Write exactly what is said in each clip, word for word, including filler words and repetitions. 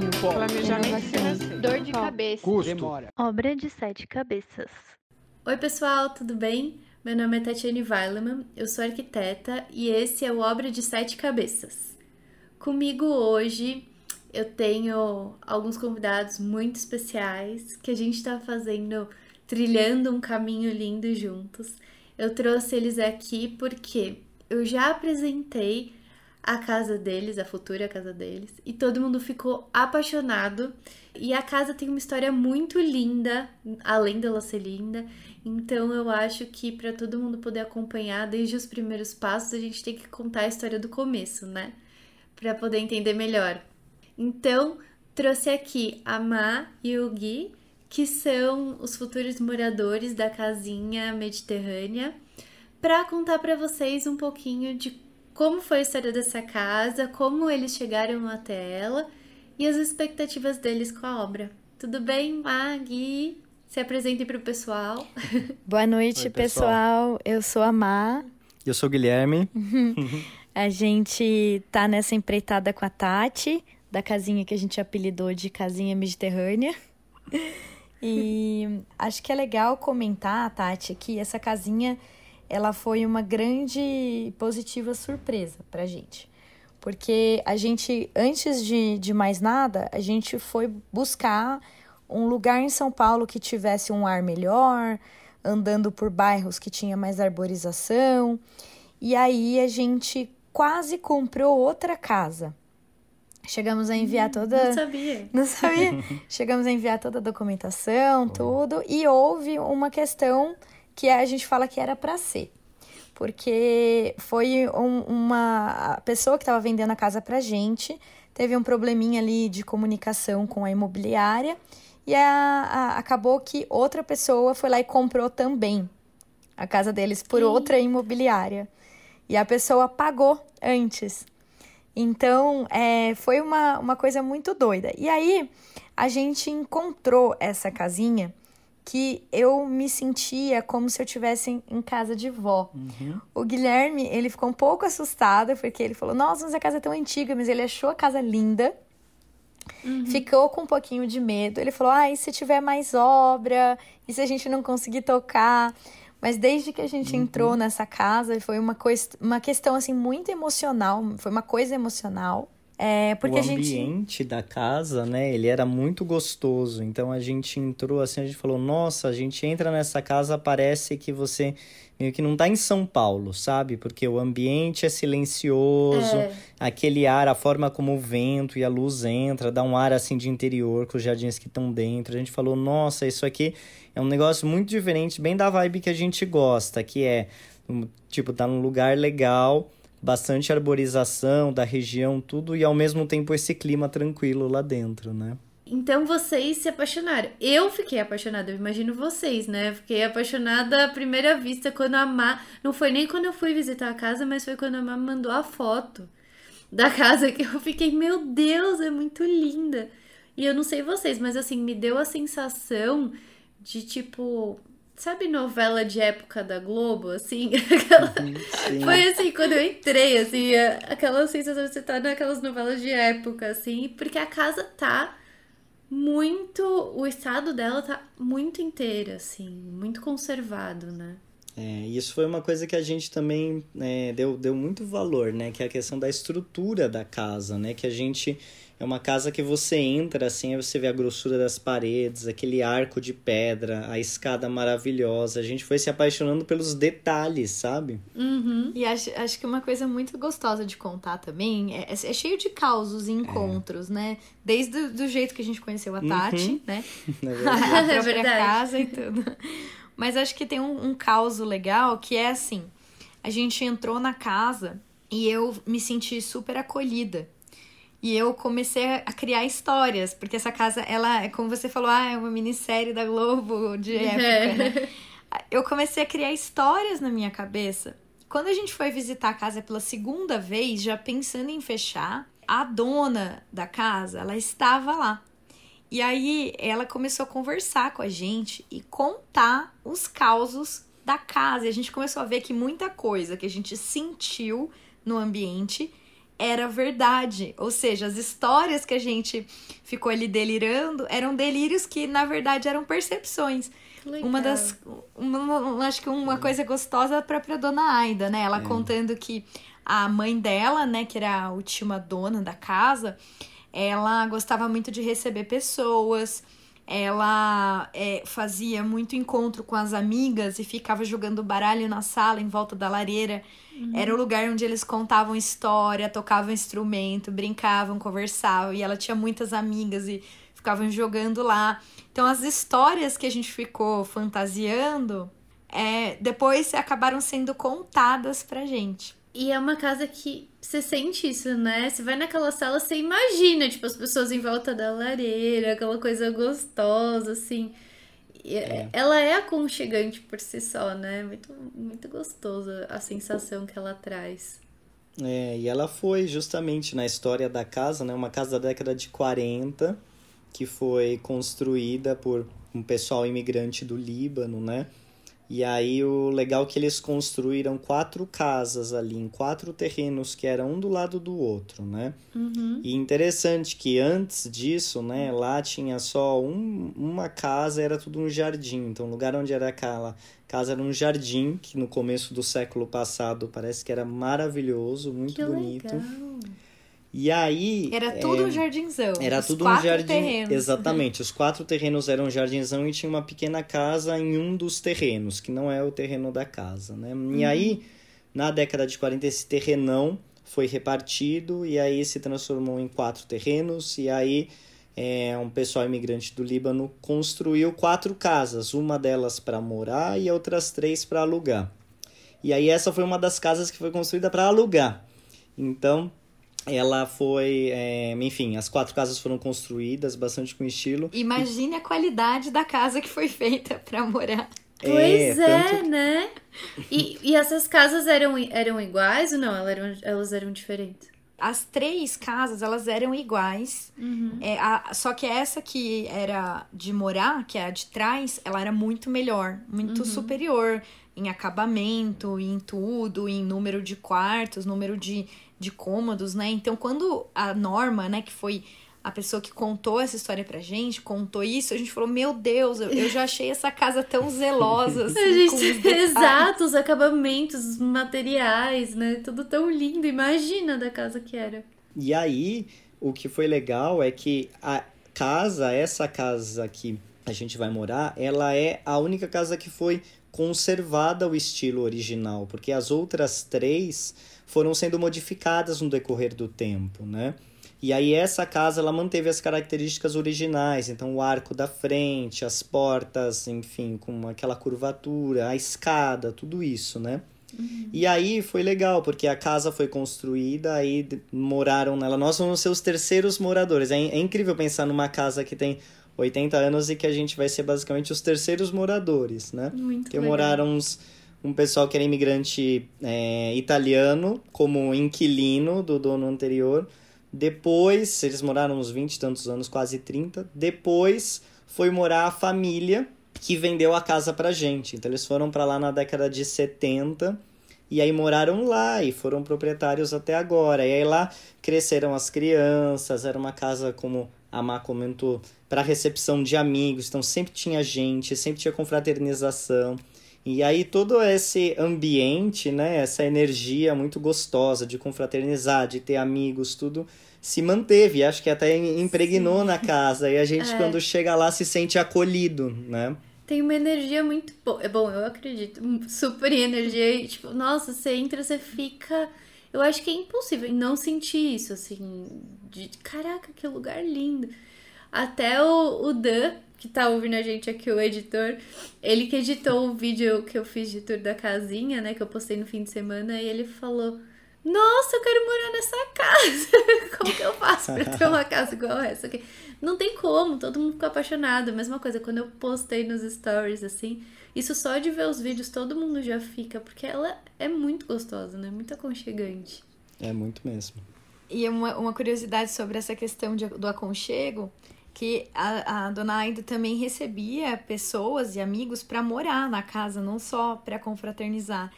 Sonho, Planejamento inovação, financeiro. Dor de Top. cabeça. Custo. demora. Obra de sete cabeças. Oi pessoal, tudo bem? Meu nome é Tatiane Weilemann, eu sou arquiteta e esse é o Obra de Sete Cabeças. Comigo hoje eu tenho alguns convidados muito especiais que a gente está fazendo, trilhando um caminho lindo juntos. Eu trouxe eles aqui porque eu já apresentei a casa deles, a futura casa deles, e todo mundo ficou apaixonado. E a casa tem uma história muito linda, além dela ser linda. Então eu acho que para todo mundo poder acompanhar desde os primeiros passos, a gente tem que contar a história do começo, né? Para poder entender melhor. Então, trouxe aqui a Má e o Gui, que são os futuros moradores da casinha mediterrânea, para contar para vocês um pouquinho de como foi a história dessa casa, como eles chegaram até ela e as expectativas deles com a obra. Tudo bem, Má, Gui? Se apresentem para o pessoal. Boa noite, Oi, pessoal. pessoal. Eu sou a Má. Eu sou o Guilherme. A gente tá nessa empreitada com a Tati, da casinha que a gente apelidou de Casinha Mediterrânea. E acho que é legal comentar, Tati, que essa casinha ela foi uma grande e positiva surpresa pra gente. Porque a gente, antes de, de mais nada, a gente foi buscar um lugar em São Paulo que tivesse um ar melhor, andando por bairros que tinha mais arborização. E aí a gente quase comprou outra casa. Chegamos a enviar toda... Não sabia. Não sabia? Chegamos a enviar toda a documentação, tudo. E houve uma questão que a gente fala que era para ser. Porque foi um, uma... A pessoa que estava vendendo a casa pra gente teve um probleminha ali de comunicação com a imobiliária. E a, a, acabou que outra pessoa foi lá e comprou também a casa deles por outra imobiliária. E a pessoa pagou antes. Então, é, foi uma, uma coisa muito doida. E aí, a gente encontrou essa casinha que eu me sentia como se eu estivesse em casa de vó. Uhum. O Guilherme, ele ficou um pouco assustado, porque ele falou, nossa, mas a casa é tão antiga, mas ele achou a casa linda. Uhum. Ficou com um pouquinho de medo. Ele falou, ah, e se tiver mais obra? E se a gente não conseguir tocar? Mas desde que a gente uhum. entrou nessa casa, foi uma, coisa, uma questão, assim, muito emocional. Foi uma coisa emocional. É, porque o a gente... ambiente da casa, né, ele era muito gostoso. Então, a gente entrou assim, a gente falou, nossa, a gente entra nessa casa, parece que você meio que não tá em São Paulo, sabe? Porque o ambiente é silencioso, É. aquele ar, a forma como o vento e a luz entra, dá um ar, assim, de interior com os jardins que estão dentro. A gente falou, nossa, isso aqui é um negócio muito diferente, bem da vibe que a gente gosta, que é, tipo, tá num lugar legal, bastante arborização da região, tudo, e ao mesmo tempo esse clima tranquilo lá dentro, né? Então vocês se apaixonaram. Eu fiquei apaixonada, eu imagino vocês, né? Fiquei apaixonada à primeira vista quando a Má... Não foi nem quando eu fui visitar a casa, mas foi quando a Má mandou a foto da casa que eu fiquei, meu Deus, é muito linda. E eu não sei vocês, mas assim, me deu a sensação de tipo... Sabe novela de época da Globo, assim? Aquela... Foi assim, quando eu entrei, assim, aquela sensação de você estar naquelas novelas de época, assim, porque a casa tá muito... O estado dela tá muito inteiro, assim, muito conservado, né? É, isso foi uma coisa que a gente também é, deu, deu muito valor, né? Que é a questão da estrutura da casa, né? Que a gente... É uma casa que você entra, assim, aí você vê a grossura das paredes, aquele arco de pedra, a escada maravilhosa. A gente foi se apaixonando pelos detalhes, sabe? Uhum. E acho, acho que uma coisa muito gostosa de contar também é, é cheio de causos e encontros, é. né? Desde o do jeito que a gente conheceu a Tati, uhum. né? É a própria É verdade. casa e tudo. Mas acho que tem um, um causo legal que é assim, a gente entrou na casa e eu me senti super acolhida. E eu comecei a criar histórias, porque essa casa, ela, como você falou, ah, é uma minissérie da Globo de época, né? Eu comecei a criar histórias na minha cabeça. Quando a gente foi visitar a casa pela segunda vez, já pensando em fechar, a dona da casa, ela estava lá. E aí ela começou a conversar com a gente e contar os causos da casa. E a gente começou a ver que muita coisa que a gente sentiu no ambiente era verdade. Ou seja, as histórias que a gente ficou ali delirando eram delírios que, na verdade, eram percepções. Legal. Uma das... Uma, acho que uma coisa gostosa da própria Dona Aida, né? Ela é. contando que a mãe dela, né, que era a última dona da casa, ela gostava muito de receber pessoas, ela é, fazia muito encontro com as amigas e ficava jogando baralho na sala em volta da lareira. Uhum. Era o lugar onde eles contavam história, tocavam instrumento, brincavam, conversavam. E ela tinha muitas amigas e ficavam jogando lá. Então, as histórias que a gente ficou fantasiando, é, depois acabaram sendo contadas pra gente. E é uma casa que você sente isso, né? Você vai naquela sala, você imagina, tipo, as pessoas em volta da lareira, aquela coisa gostosa, assim. É. Ela é aconchegante por si só, né? Muito, muito gostosa a sensação que ela traz. É, e ela foi justamente na história da casa, né? Uma casa da década de quarenta, que foi construída por um pessoal imigrante do Líbano, né? E aí o legal é que eles construíram quatro casas ali, em quatro terrenos que eram um do lado do outro, né? Uhum. E interessante que antes disso, né, lá tinha só um, uma casa, era tudo um jardim. Então o lugar onde era aquela casa era um jardim, que no começo do século passado parece que era maravilhoso, muito que bonito. Legal. E aí... Era tudo é, um jardinzão. Era os tudo quatro um jardim. Terrenos. Exatamente. Os quatro terrenos eram um jardinzão e tinha uma pequena casa em um dos terrenos, que não é o terreno da casa, né? Uhum. E aí, na década de quarenta, esse terrenão foi repartido e aí se transformou em quatro terrenos. E aí, é, um pessoal imigrante do Líbano construiu quatro casas, uma delas para morar e outras três para alugar. E aí, essa foi uma das casas que foi construída para alugar. Então... Ela foi, é, enfim, as quatro casas foram construídas bastante com estilo. Imagine e... a qualidade da casa que foi feita para morar. Pois é, é tanto... né? E, e essas casas eram, eram iguais ou não? Elas eram, elas eram diferentes? As três casas, elas eram iguais. Uhum. É, a, só que essa que era de morar, que é a de trás, ela era muito melhor. Muito uhum. superior em acabamento, em tudo, em número de quartos, número de... de cômodos, né? Então, quando a Norma, né, que foi a pessoa que contou essa história pra gente, contou isso, a gente falou, meu Deus, eu, eu já achei essa casa tão zelosa, assim, a gente, com os detalhes. Exato, os acabamentos, os materiais, né? Tudo tão lindo. Imagina da casa que era. E aí, o que foi legal é que a casa, essa casa que a gente vai morar, ela é a única casa que foi conservada o estilo original, porque as outras três foram sendo modificadas no decorrer do tempo, né? E aí essa casa, ela manteve as características originais, então o arco da frente, as portas, enfim, com aquela curvatura, a escada, tudo isso, né? Uhum. E aí foi legal, porque a casa foi construída, aí moraram nela, nós vamos ser os terceiros moradores. É, é incrível pensar numa casa que tem oitenta anos e que a gente vai ser basicamente os terceiros moradores, né? Muito Porque legal. moraram uns... um pessoal que era imigrante é, italiano, como inquilino do dono anterior. Depois, eles moraram uns vinte e tantos anos, quase trinta. Depois, foi morar a família que vendeu a casa pra gente. Então, eles foram pra lá na década de setenta. E aí, moraram lá e foram proprietários até agora. E aí, lá cresceram as crianças. Era uma casa, como a Má comentou, para recepção de amigos. Então, sempre tinha gente, sempre tinha confraternização. E aí todo esse ambiente, né, essa energia muito gostosa de confraternizar, de ter amigos, tudo se manteve. Acho que até impregnou Sim. na casa. E a gente, é. quando chega lá, se sente acolhido, né? Tem uma energia muito boa. É bom, eu acredito. Super energia. E, tipo, nossa, você entra, você fica... Eu acho que é impossível não sentir isso, assim. De caraca, que lugar lindo. Até o, o Dan... que tá ouvindo a gente aqui, o editor, ele que editou o vídeo que eu fiz de tour da casinha, né, que eu postei no fim de semana, e ele falou, nossa, eu quero morar nessa casa, como que eu faço pra ter uma casa igual essa aqui? Não tem como, todo mundo ficou apaixonado, a mesma coisa, quando eu postei nos stories, assim, isso só de ver os vídeos, todo mundo já fica, porque ela é muito gostosa, né, muito aconchegante. É muito mesmo. E uma, uma curiosidade sobre essa questão de, do aconchego, que a, a Dona Aida também recebia pessoas e amigos para morar na casa, não só para confraternizar.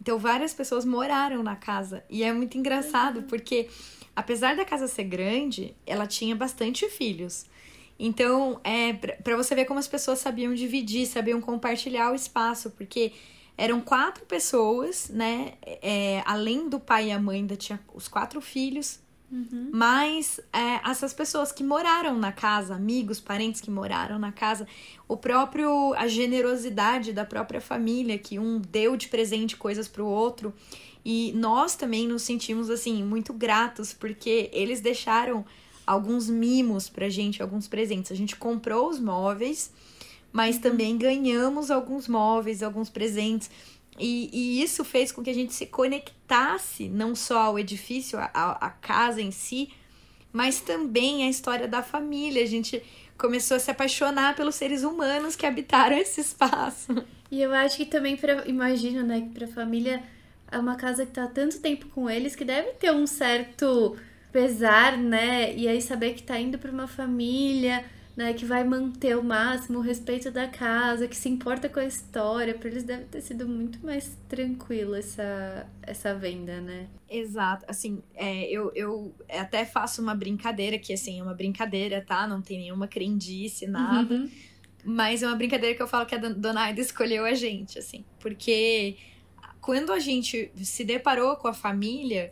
Então, várias pessoas moraram na casa. E é muito engraçado, porque apesar da casa ser grande, ela tinha bastante filhos. Então, é para você ver como as pessoas sabiam dividir, sabiam compartilhar o espaço, porque eram quatro pessoas, né? É, além do pai e a mãe, ainda tinha os quatro filhos. Uhum. Mas é, essas pessoas que moraram na casa, amigos, parentes que moraram na casa, o próprio, a generosidade da própria família, que um deu de presente coisas pro outro, e nós também nos sentimos assim muito gratos, porque eles deixaram alguns mimos pra gente, alguns presentes. A gente comprou os móveis, mas uhum. também ganhamos alguns móveis, alguns presentes. E, e isso fez com que a gente se conectasse não só ao edifício, a, a casa em si, mas também a história da família. A gente começou a se apaixonar pelos seres humanos que habitaram esse espaço. E eu acho que também, pra, imagino, né, que pra família é uma casa que tá há tanto tempo com eles que deve ter um certo pesar, né? E aí saber que tá indo pra uma família, né, que vai manter o máximo o respeito da casa, que se importa com a história, para eles deve ter sido muito mais tranquilo essa, essa venda, né? Exato, assim, é, eu, eu até faço uma brincadeira, que assim, é uma brincadeira, tá? Não tem nenhuma crendice, nada, uhum. mas é uma brincadeira que eu falo que a Dona Aida escolheu a gente, assim, porque quando a gente se deparou com a família,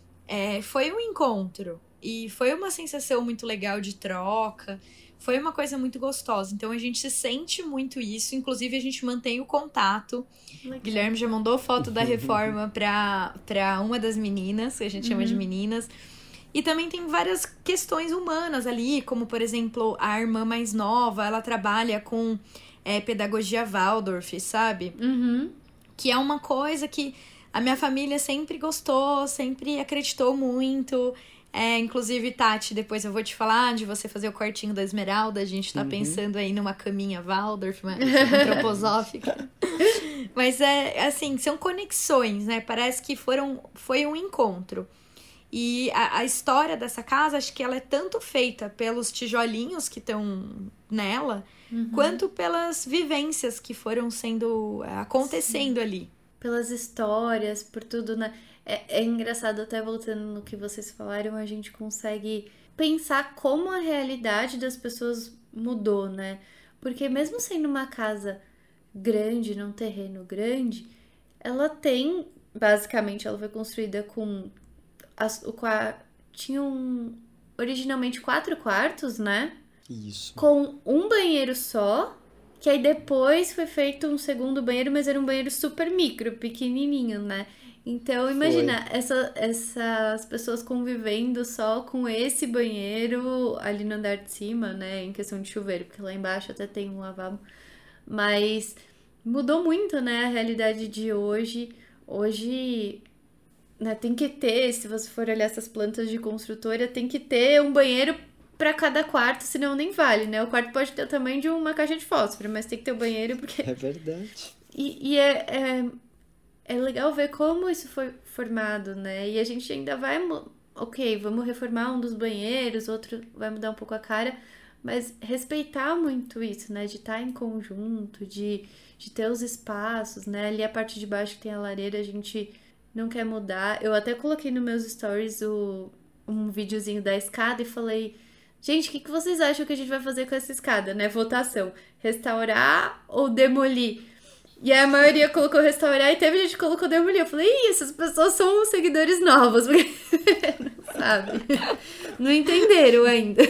é, foi um encontro, e foi uma sensação muito legal de troca. Foi uma coisa muito gostosa. Então, a gente se sente muito isso. Inclusive, a gente mantém o contato. Legal. Guilherme já mandou foto da reforma pra, pra uma das meninas, que a gente uhum. chama de meninas. E também tem várias questões humanas ali, como, por exemplo, a irmã mais nova, ela trabalha com é, pedagogia Waldorf, sabe? Uhum. Que é uma coisa que a minha família sempre gostou, sempre acreditou muito. É, inclusive, Tati, depois eu vou te falar de você fazer o quartinho da Esmeralda. A gente tá uhum. pensando aí numa caminha Waldorf, uma antroposófica. Mas é assim, são conexões, né? Parece que foram, foi um encontro. E a, a história dessa casa, acho que ela é tanto feita pelos tijolinhos que estão nela, uhum. quanto pelas vivências que foram sendo, acontecendo Sim. ali. Pelas histórias, por tudo, né? É, é engraçado, até voltando no que vocês falaram, a gente consegue pensar como a realidade das pessoas mudou, né? Porque mesmo sendo uma casa grande, num terreno grande, ela tem, basicamente, ela foi construída com... As, o, tinham originalmente quatro quartos, né? Isso. Com um banheiro só, que aí depois foi feito um segundo banheiro, mas era um banheiro super micro, pequenininho, né? Então, imagina, essa, essas pessoas convivendo só com esse banheiro ali no andar de cima, né? Em questão de chuveiro, porque lá embaixo até tem um lavabo. Mas mudou muito, né? A realidade de hoje. Hoje, né, tem que ter, se você for olhar essas plantas de construtora, tem que ter um banheiro para cada quarto, senão nem vale, né? O quarto pode ter o tamanho de uma caixa de fósforo, mas tem que ter o banheiro porque... É verdade. E, e é... é... É legal ver como isso foi formado, né? E a gente ainda vai... Ok, vamos reformar um dos banheiros, outro vai mudar um pouco a cara, mas respeitar muito isso, né? De estar em conjunto, de, de ter os espaços, né? Ali a parte de baixo que tem a lareira, a gente não quer mudar. Eu até coloquei nos meus stories o, um videozinho da escada e falei... Gente, o que, que vocês acham que a gente vai fazer com essa escada, né? Votação. Restaurar ou demolir? E a maioria colocou restaurar e teve gente que colocou demolir. Eu falei, ih, essas pessoas são seguidores novos. Não sabe? Não entenderam ainda.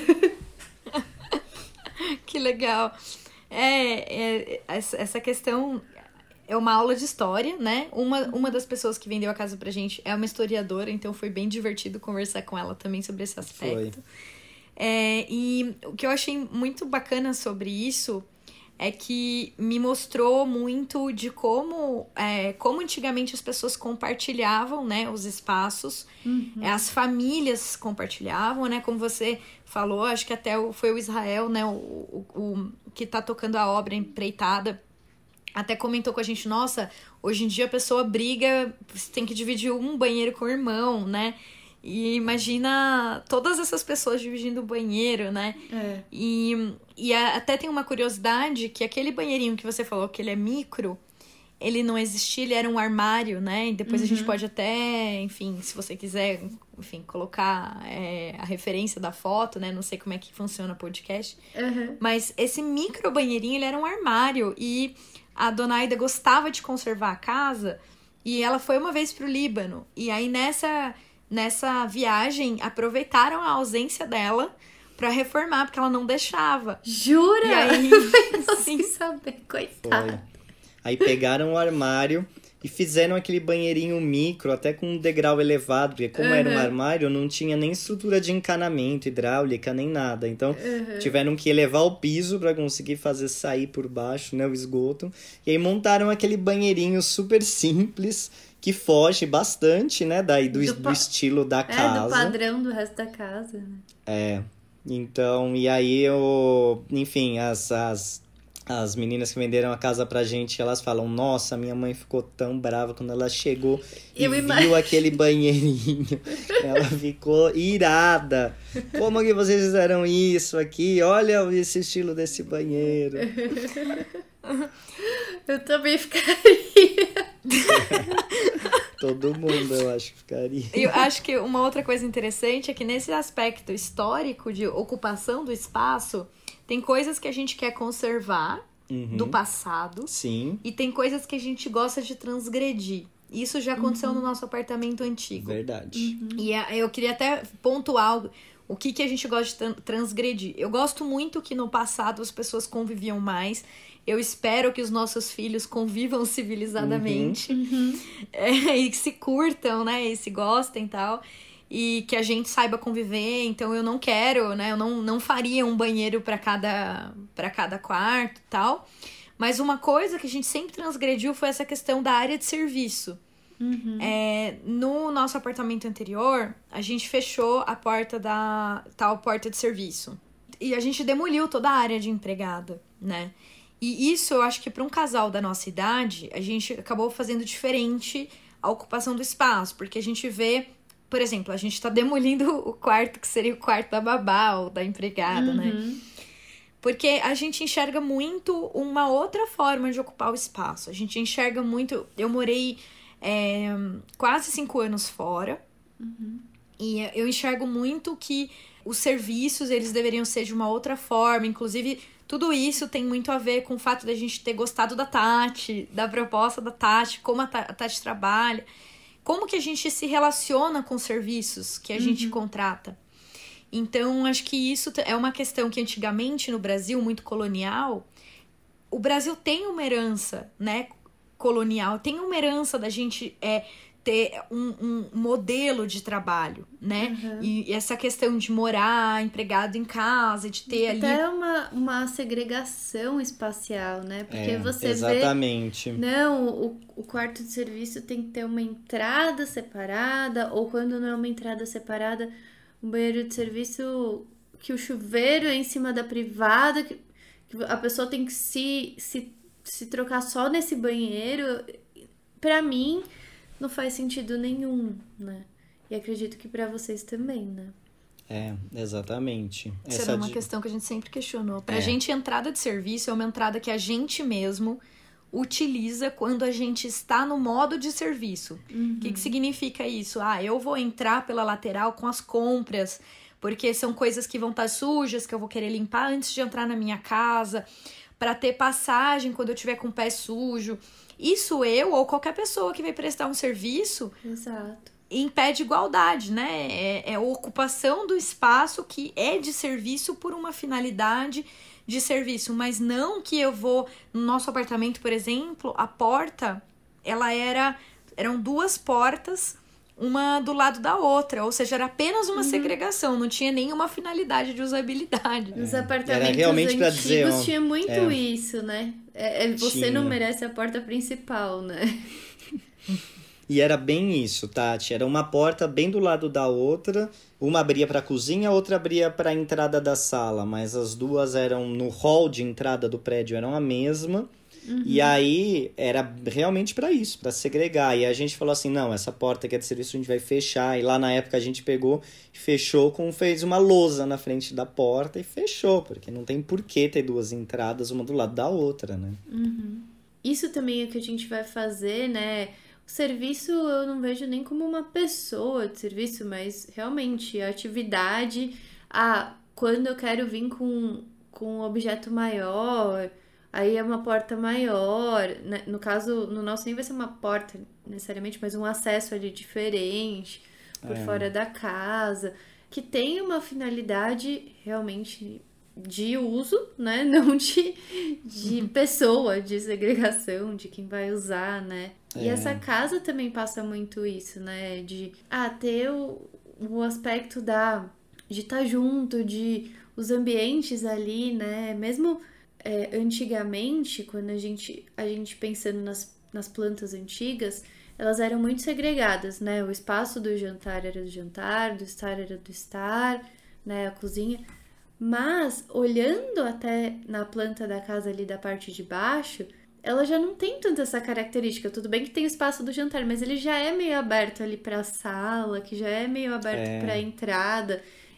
Que legal. É, é, essa questão é uma aula de história, né? Uma, uma das pessoas que vendeu a casa pra gente é uma historiadora, então foi bem divertido conversar com ela também sobre esse aspecto. É, e o que eu achei muito bacana sobre isso... é que me mostrou muito de como, é, como antigamente as pessoas compartilhavam, né, os espaços, uhum. as famílias compartilhavam, né, como você falou, acho que até foi o Israel, né, o, o, o que tá tocando a obra Empreitada, até comentou com a gente, nossa, hoje em dia a pessoa briga, tem que dividir um banheiro com o irmão, né, e imagina todas essas pessoas dividindo o banheiro, né? É. E, e até tem uma curiosidade que aquele banheirinho que você falou que ele é micro, ele não existia, ele era um armário, né? E depois Uhum. a gente pode até, enfim, se você quiser, enfim, colocar é, a referência da foto, né? Não sei como é que funciona o podcast. Uhum. Mas esse micro banheirinho, ele era um armário. E a dona Aida gostava de conservar a casa. E ela foi uma vez pro Líbano. E aí, nessa, nessa viagem, aproveitaram a ausência dela pra reformar, porque ela não deixava. Jura? E aí, Não sim. sem saber, coitada. Foi. Aí pegaram o armário e fizeram aquele banheirinho micro, até com um degrau elevado, porque como era um Uhum. armário, não tinha nem estrutura de encanamento, hidráulica, nem nada. Então, Uhum. tiveram que elevar o piso para conseguir fazer sair por baixo, né, o esgoto. E aí montaram aquele banheirinho super simples, que foge bastante, né, daí do, Do do pa- estilo da É, casa. do padrão do resto da casa, né? É, então, e aí eu, enfim, as, as, as meninas que venderam a casa pra gente, elas falam, nossa, minha mãe ficou tão brava quando ela chegou e Eu viu ima- aquele banheirinho. Ela ficou irada. Como que vocês fizeram isso aqui? Olha esse estilo desse banheiro. Eu também ficaria. Todo mundo, eu acho que ficaria. Eu acho que uma outra coisa interessante é que nesse aspecto histórico de ocupação do espaço, tem coisas que a gente quer conservar Uhum. do passado Sim, e tem coisas que a gente gosta de transgredir. Isso já aconteceu no nosso apartamento antigo. verdade. E a- eu queria até pontuar o que, que a gente gosta de tran- transgredir. Eu gosto muito que no passado as pessoas conviviam mais. Eu espero que os nossos filhos convivam civilizadamente. É, e que se curtam, né? E se gostem e tal. E que a gente saiba conviver. Então eu não quero, né? Eu não, não faria um banheiro para cada, para cada quarto e tal. Mas uma coisa que a gente sempre transgrediu foi essa questão da área de serviço. É, no nosso apartamento anterior, a gente fechou a porta da tal porta de serviço. E a gente demoliu toda a área de empregada, né? E isso eu acho que para um casal da nossa idade, a gente acabou fazendo diferente a ocupação do espaço. Porque a gente vê, por exemplo, a gente tá demolindo o quarto que seria o quarto da babá ou da empregada, né? Porque a gente enxerga muito uma outra forma de ocupar o espaço. A gente enxerga muito... Eu morei é, quase cinco anos fora. E eu enxergo muito que os serviços, eles deveriam ser de uma outra forma. Inclusive, tudo isso tem muito a ver com o fato da gente ter gostado da Tati, da proposta da Tati, como a Ta- a Tati trabalha. Como que a gente se relaciona com os serviços que a gente contrata. Então, acho que isso t- é uma questão que antigamente no Brasil, muito colonial, o Brasil tem uma herança, né, colonial, tem uma herança da gente é, ter um, um modelo de trabalho, né? E, e essa questão de morar empregado em casa, de ter ali... Até uma, uma segregação espacial, né? Porque É, você exatamente. vê... Não, o, o quarto de serviço tem que ter uma entrada separada, ou quando não é uma entrada separada, um banheiro de serviço que o chuveiro é em cima da privada, que, que a pessoa tem que se, se, se trocar só nesse banheiro. Pra mim, não faz sentido nenhum, né? E acredito que pra vocês também, né? É, exatamente. Isso Essa era uma di- questão que a gente sempre questionou. Pra É. gente, entrada de serviço é uma entrada que a gente mesmo utiliza quando a gente está no modo de serviço. O que, que significa isso? Ah, eu vou entrar pela lateral com as compras, porque são coisas que vão estar sujas, que eu vou querer limpar antes de entrar na minha casa, para ter passagem quando eu tiver com o pé sujo. Isso eu ou qualquer pessoa que vai prestar um serviço Exato. impede igualdade, né? É, é a ocupação do espaço que é de serviço por uma finalidade de serviço, mas não que eu vou... No nosso apartamento, por exemplo, a porta, ela era... Eram duas portas, uma do lado da outra, ou seja, era apenas uma segregação, não tinha nenhuma finalidade de usabilidade. Nos Era apartamentos realmente pra antigos dizer, ó, tinha muito é. isso, né? É, é, você Tinha. não merece a porta principal, né? E era bem isso, Tati. Era uma porta bem do lado da outra. Uma abria para a cozinha, a outra abria para a entrada da sala. Mas as duas eram no hall de entrada do prédio, eram a mesma. E aí era realmente para isso, para segregar. E a gente falou assim, não, essa porta que é de serviço a gente vai fechar. E lá na época a gente pegou e fechou com fez uma lousa na frente da porta e fechou, porque não tem por que ter duas entradas uma do lado da outra, né? isso também é o que a gente vai fazer, né? O serviço eu não vejo nem como uma pessoa de serviço, mas realmente a atividade. Ah, quando eu quero vir com, com um objeto maior, aí é uma porta maior. Né? No caso, no nosso nem vai ser uma porta necessariamente, mas um acesso ali diferente por É. fora da casa, que tem uma finalidade realmente de uso, né? Não de, de pessoa, de segregação, de quem vai usar, né? E É. essa casa também passa muito isso, né? De ah, ter o, o aspecto da de estar junto, de os ambientes ali, né? Mesmo é, antigamente, quando a gente, a gente pensando nas, nas plantas antigas, elas eram muito segregadas, né? O espaço do jantar era do jantar, do estar era do estar, né? A cozinha. Mas, olhando até na planta da casa ali da parte de baixo, ela já não tem tanto essa característica. Tudo bem que tem o espaço do jantar, mas ele já é meio aberto ali para a sala, que já é meio aberto É. para a entrada.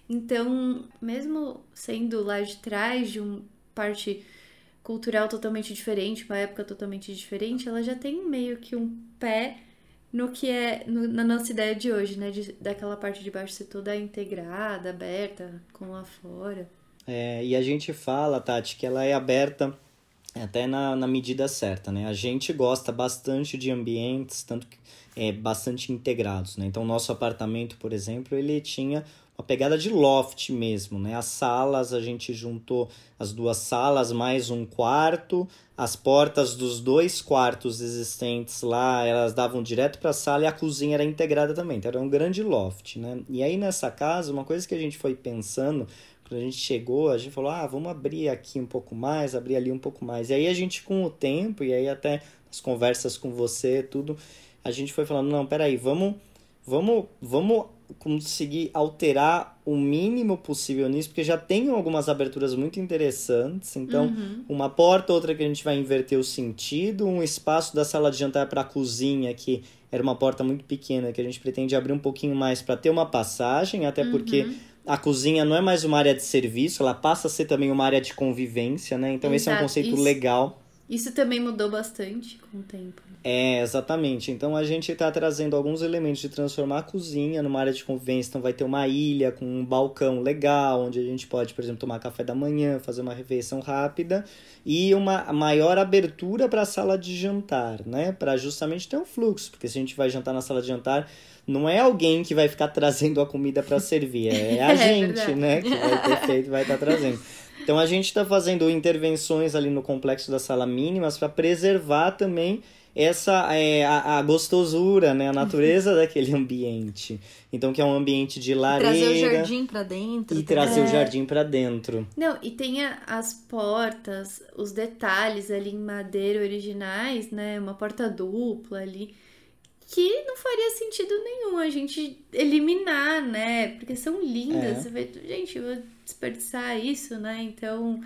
Então, mesmo sendo lá de trás de uma parte cultural totalmente diferente, uma época totalmente diferente, ela já tem meio que um pé no que é no, na nossa ideia de hoje, né? De, daquela parte de baixo ser toda integrada, aberta, com lá fora. É, e a gente fala, Tati, que ela é aberta até na, na medida certa, né? A gente gosta bastante de ambientes, tanto que é, bastante integrados, né? Então, o nosso apartamento, por exemplo, ele tinha uma pegada de loft mesmo, né? As salas, a gente juntou as duas salas mais um quarto, as portas dos dois quartos existentes lá, elas davam direto para a sala e a cozinha era integrada também, então era um grande loft, né? E aí nessa casa, uma coisa que a gente foi pensando, quando a gente chegou, a gente falou, ah, vamos abrir aqui um pouco mais, abrir ali um pouco mais. E aí a gente, com o tempo, e aí até as conversas com você, tudo, a gente foi falando, não, peraí, vamos, vamos, vamos conseguir alterar o mínimo possível nisso, porque já tem algumas aberturas muito interessantes, então Uhum. uma porta, outra que a gente vai inverter o sentido, um espaço da sala de jantar para a cozinha, que era uma porta muito pequena, que a gente pretende abrir um pouquinho mais para ter uma passagem, até porque Uhum. a cozinha não é mais uma área de serviço, ela passa a ser também uma área de convivência, né? Então esse é um Exato. conceito Isso- legal. Isso também mudou bastante com o tempo. É, exatamente. Então a gente está trazendo alguns elementos de transformar a cozinha numa área de convivência. Então vai ter uma ilha com um balcão legal, onde a gente pode, por exemplo, tomar café da manhã, fazer uma refeição rápida e uma maior abertura para a sala de jantar, né? Para justamente ter um fluxo, porque se a gente vai jantar na sala de jantar, não é alguém que vai ficar trazendo a comida para servir, é a É gente, verdade. né? Que vai ter feito, vai estar trazendo. Então a gente está fazendo intervenções ali no complexo da sala mínimas para preservar também essa é, a, a gostosura, né? A natureza daquele ambiente. Então que é um ambiente de lareira Trazer o jardim pra dentro. e também. trazer o jardim para dentro. Não, e tem a- as portas, os detalhes ali em madeira originais, né? Uma porta dupla ali, que não faria sentido nenhum a gente eliminar, né? Porque são lindas. É. Você vê, gente, eu vou desperdiçar isso, né? Então,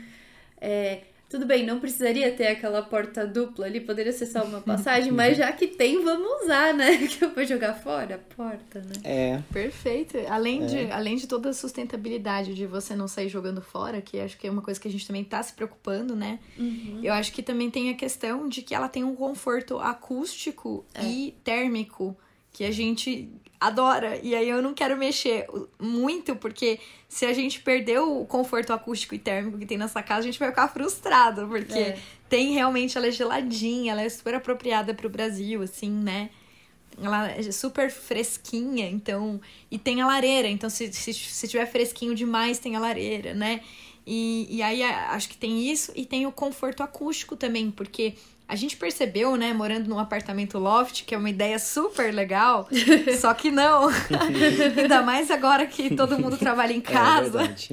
é, tudo bem, não precisaria ter aquela porta dupla ali, poderia ser só uma passagem, mas já que tem, vamos usar, né? Que eu vou jogar fora a porta, né? É, Perfeito. Além, É. de, além de toda a sustentabilidade de você não sair jogando fora, que acho que é uma coisa que a gente também tá se preocupando, né? Uhum. Eu acho que também tem a questão de que ela tem um conforto acústico e térmico que a gente adora. E aí eu não quero mexer muito, porque se a gente perder o conforto acústico e térmico que tem nessa casa, a gente vai ficar frustrado, porque É. tem realmente, ela é geladinha, ela é super apropriada pro Brasil, assim, né? Ela é super fresquinha, então... E tem a lareira, então se, se, se tiver fresquinho demais, tem a lareira, né? E, e aí, a- acho que tem isso. E tem o conforto acústico também, porque a gente percebeu, né, morando num apartamento loft, que é uma ideia super legal, só que não. Ainda mais agora que todo mundo trabalha em é casa. verdade.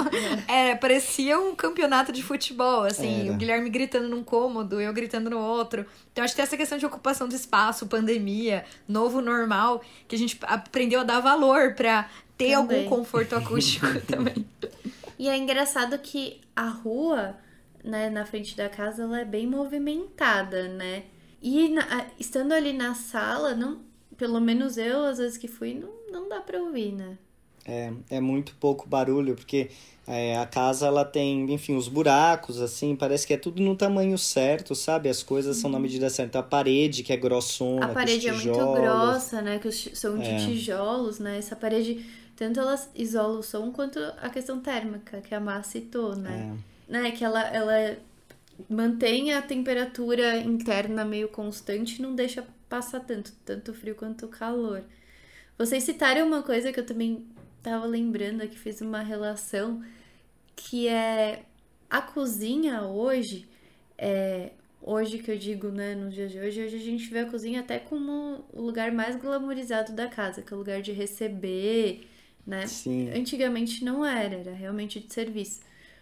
É, parecia um campeonato de futebol, assim, Era. o Guilherme gritando num cômodo, eu gritando no outro. Então, acho que tem essa questão de ocupação do espaço, pandemia, novo normal, que a gente aprendeu a dar valor pra ter Também. algum conforto acústico também. E é engraçado que a rua, né, na frente da casa, ela é bem movimentada, né? E na- a- estando ali na sala, não, pelo menos eu, às vezes que fui, não, não dá pra ouvir, né? É, é muito pouco barulho, porque é, a casa, ela tem, enfim, os buracos, assim, parece que é tudo no tamanho certo, sabe? As coisas uhum. são na medida certa. A parede, que é grossona, a parede com os tijolos. É muito grossa, né? Que são de É. tijolos, né? Essa parede, tanto ela isola o som, quanto a questão térmica, que a Má citou, né? É. Né? Que ela, ela mantém a temperatura interna meio constante e não deixa passar tanto, tanto frio quanto calor. Vocês citaram uma coisa que eu também tava lembrando aqui, fiz uma relação, que é a cozinha hoje, é, hoje que eu digo, né, nos dias de hoje, hoje a gente vê a cozinha até como o lugar mais glamorizado da casa, que é o lugar de receber, né? Sim. Antigamente não era, era realmente de serviço.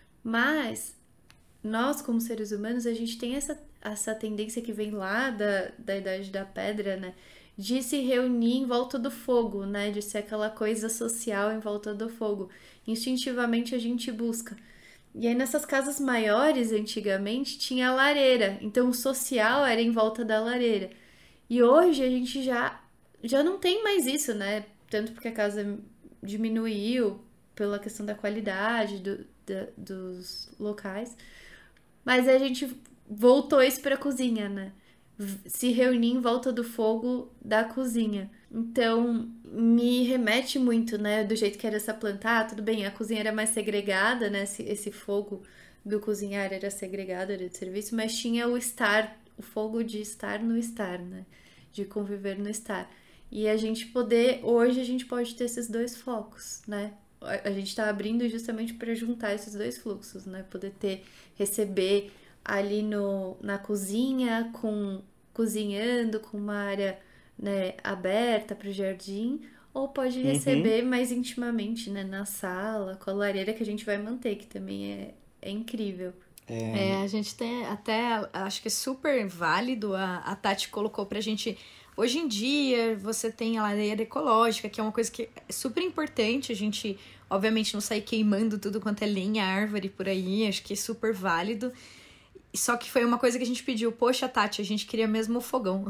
Mas nós, como seres humanos, a gente tem essa, essa tendência que vem lá da, da Idade da Pedra, né? De se reunir em volta do fogo, né? De ser aquela coisa social em volta do fogo. Instintivamente a gente busca. E aí nessas casas maiores, antigamente, tinha a lareira. Então o social era em volta da lareira. E hoje a gente já, já não tem mais isso, né? Tanto porque a casa diminuiu pela questão da qualidade do, da, dos locais. Mas a gente voltou isso para a cozinha, né? Se reunir em volta do fogo da cozinha. Então, me remete muito, né? Do jeito que era essa planta. Ah, tudo bem, a cozinha era mais segregada, né? Esse, esse fogo do cozinhar era segregado, era de serviço, mas tinha o estar, o fogo de estar no estar, né? De conviver no estar. E a gente poder, hoje a gente pode ter esses dois focos, né? A gente tá abrindo justamente para juntar esses dois fluxos, né? Poder ter, receber ali no, na cozinha, com cozinhando, com uma área, né, aberta para o jardim, ou pode receber uhum. mais intimamente, né, na sala, com a lareira que a gente vai manter, que também é, é incrível. É. é, a gente tem até, acho que é super válido, a, a Tati colocou pra gente, hoje em dia você tem a lareira ecológica, que é uma coisa que é super importante, a gente obviamente não sair queimando tudo quanto é lenha, árvore por aí, acho que é super válido. Só que foi uma coisa que a gente pediu, poxa, Tati, a gente queria mesmo o fogão.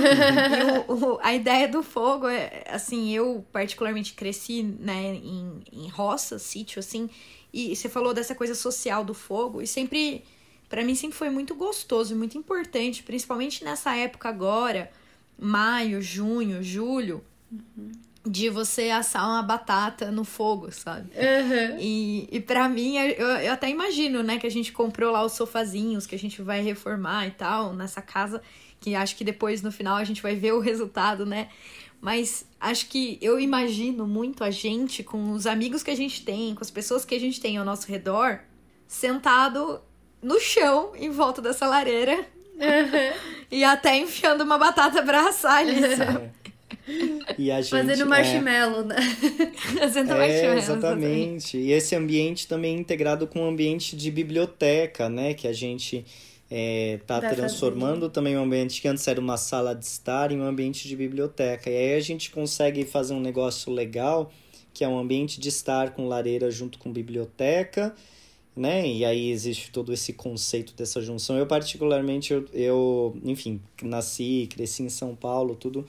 E o, o, a ideia do fogo, é, assim, eu particularmente cresci, né, em, em roça, sítio, assim, e você falou dessa coisa social do fogo, e sempre, pra mim sempre foi muito gostoso e muito importante, principalmente nessa época agora, maio, junho, julho, uhum. de você assar uma batata no fogo, sabe? Uhum. E, e pra mim, eu, eu até imagino, né, que a gente comprou lá os sofazinhos, que a gente vai reformar e tal, nessa casa, que acho que depois, no final, a gente vai ver o resultado, né? Mas acho que eu imagino muito a gente, com os amigos que a gente tem, com as pessoas que a gente tem ao nosso redor, sentado no chão, em volta dessa lareira, uhum. e até enfiando uma batata pra assar ali, sabe? E a gente, fazendo marshmallow, é... né? Fazendo é, marshmallow. Exatamente. E esse ambiente também é integrado com o ambiente de biblioteca, né? Que a gente é, tá Vai transformando fazer. Também um ambiente que antes era uma sala de estar em um ambiente de biblioteca. E aí a gente consegue fazer um negócio legal, que é um ambiente de estar com lareira junto com biblioteca, né? E aí existe todo esse conceito dessa junção. Eu particularmente, eu, eu enfim, nasci, cresci em São Paulo, tudo,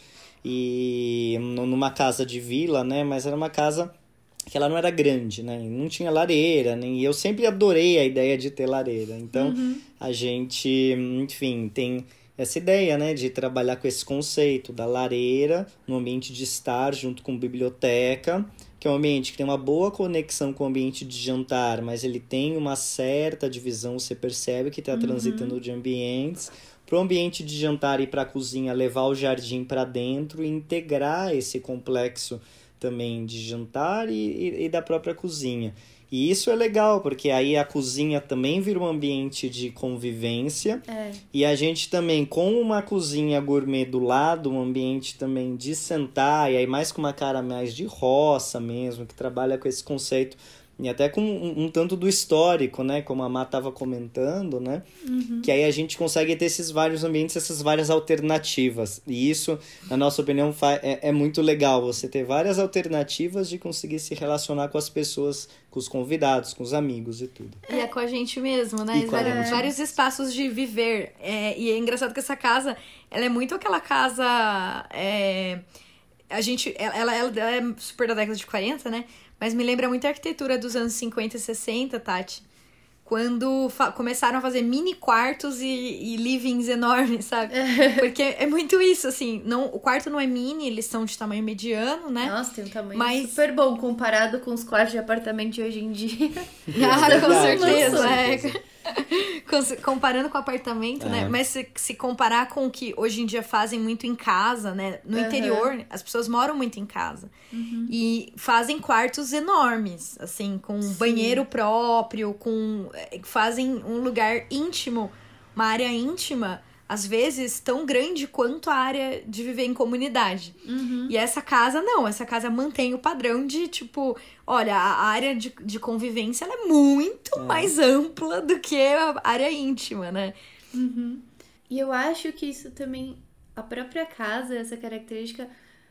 e numa casa de vila, né? Mas era uma casa que ela não era grande, né? Não tinha lareira, nem eu sempre adorei a ideia de ter lareira. Então, uhum. a gente, enfim, tem essa ideia, né, de trabalhar com esse conceito da lareira no ambiente de estar junto com biblioteca, que é um ambiente que tem uma boa conexão com o ambiente de jantar, mas ele tem uma certa divisão, você percebe que está uhum. transitando de ambientes, para o ambiente de jantar e para a cozinha levar o jardim para dentro e integrar esse complexo também de jantar e, e, e da própria cozinha. E isso é legal, porque aí a cozinha também vira um ambiente de convivência. É. E a gente também, com uma cozinha gourmet do lado, um ambiente também de sentar, e aí mais com uma cara mais de roça mesmo, que trabalha com esse conceito, e até com um, um tanto do histórico, né? Como a Má estava comentando, né? Uhum. Que aí a gente consegue ter esses vários ambientes, essas várias alternativas. E isso, na nossa opinião, é, é muito legal. Você ter várias alternativas de conseguir se relacionar com as pessoas, com os convidados, com os amigos e tudo. E é com a gente mesmo, né? Vários, vários espaços de viver. É, e é engraçado que essa casa, ela é muito aquela casa... É... a gente, ela, ela, ela é super da década de quarenta, né? Mas me lembra muito a arquitetura dos anos cinquenta e sessenta, Tati. Quando fa- começaram a fazer mini quartos e, e livings enormes, sabe? Porque é muito isso, assim. Não, o quarto não é mini, eles são de tamanho mediano, né? Nossa, tem um tamanho Mas... super bom comparado com os quartos de apartamento de hoje em dia. Ah, É com verdade, certeza, com é. certeza. Com- Comparando com o apartamento, É. né? Mas se, se comparar com o que hoje em dia fazem muito em casa, né? No Uhum. interior, as pessoas moram muito em casa. Uhum. E fazem quartos enormes, assim, com Sim. banheiro próprio, com... Fazem um lugar íntimo, uma área íntima, às vezes tão grande quanto a área de viver em comunidade. Uhum. E essa casa, não. Essa casa mantém o padrão de, tipo... Olha, a área de, de convivência, ela é muito É. mais ampla do que a área íntima, né? Uhum. E eu acho que isso também, a própria casa, essa característica,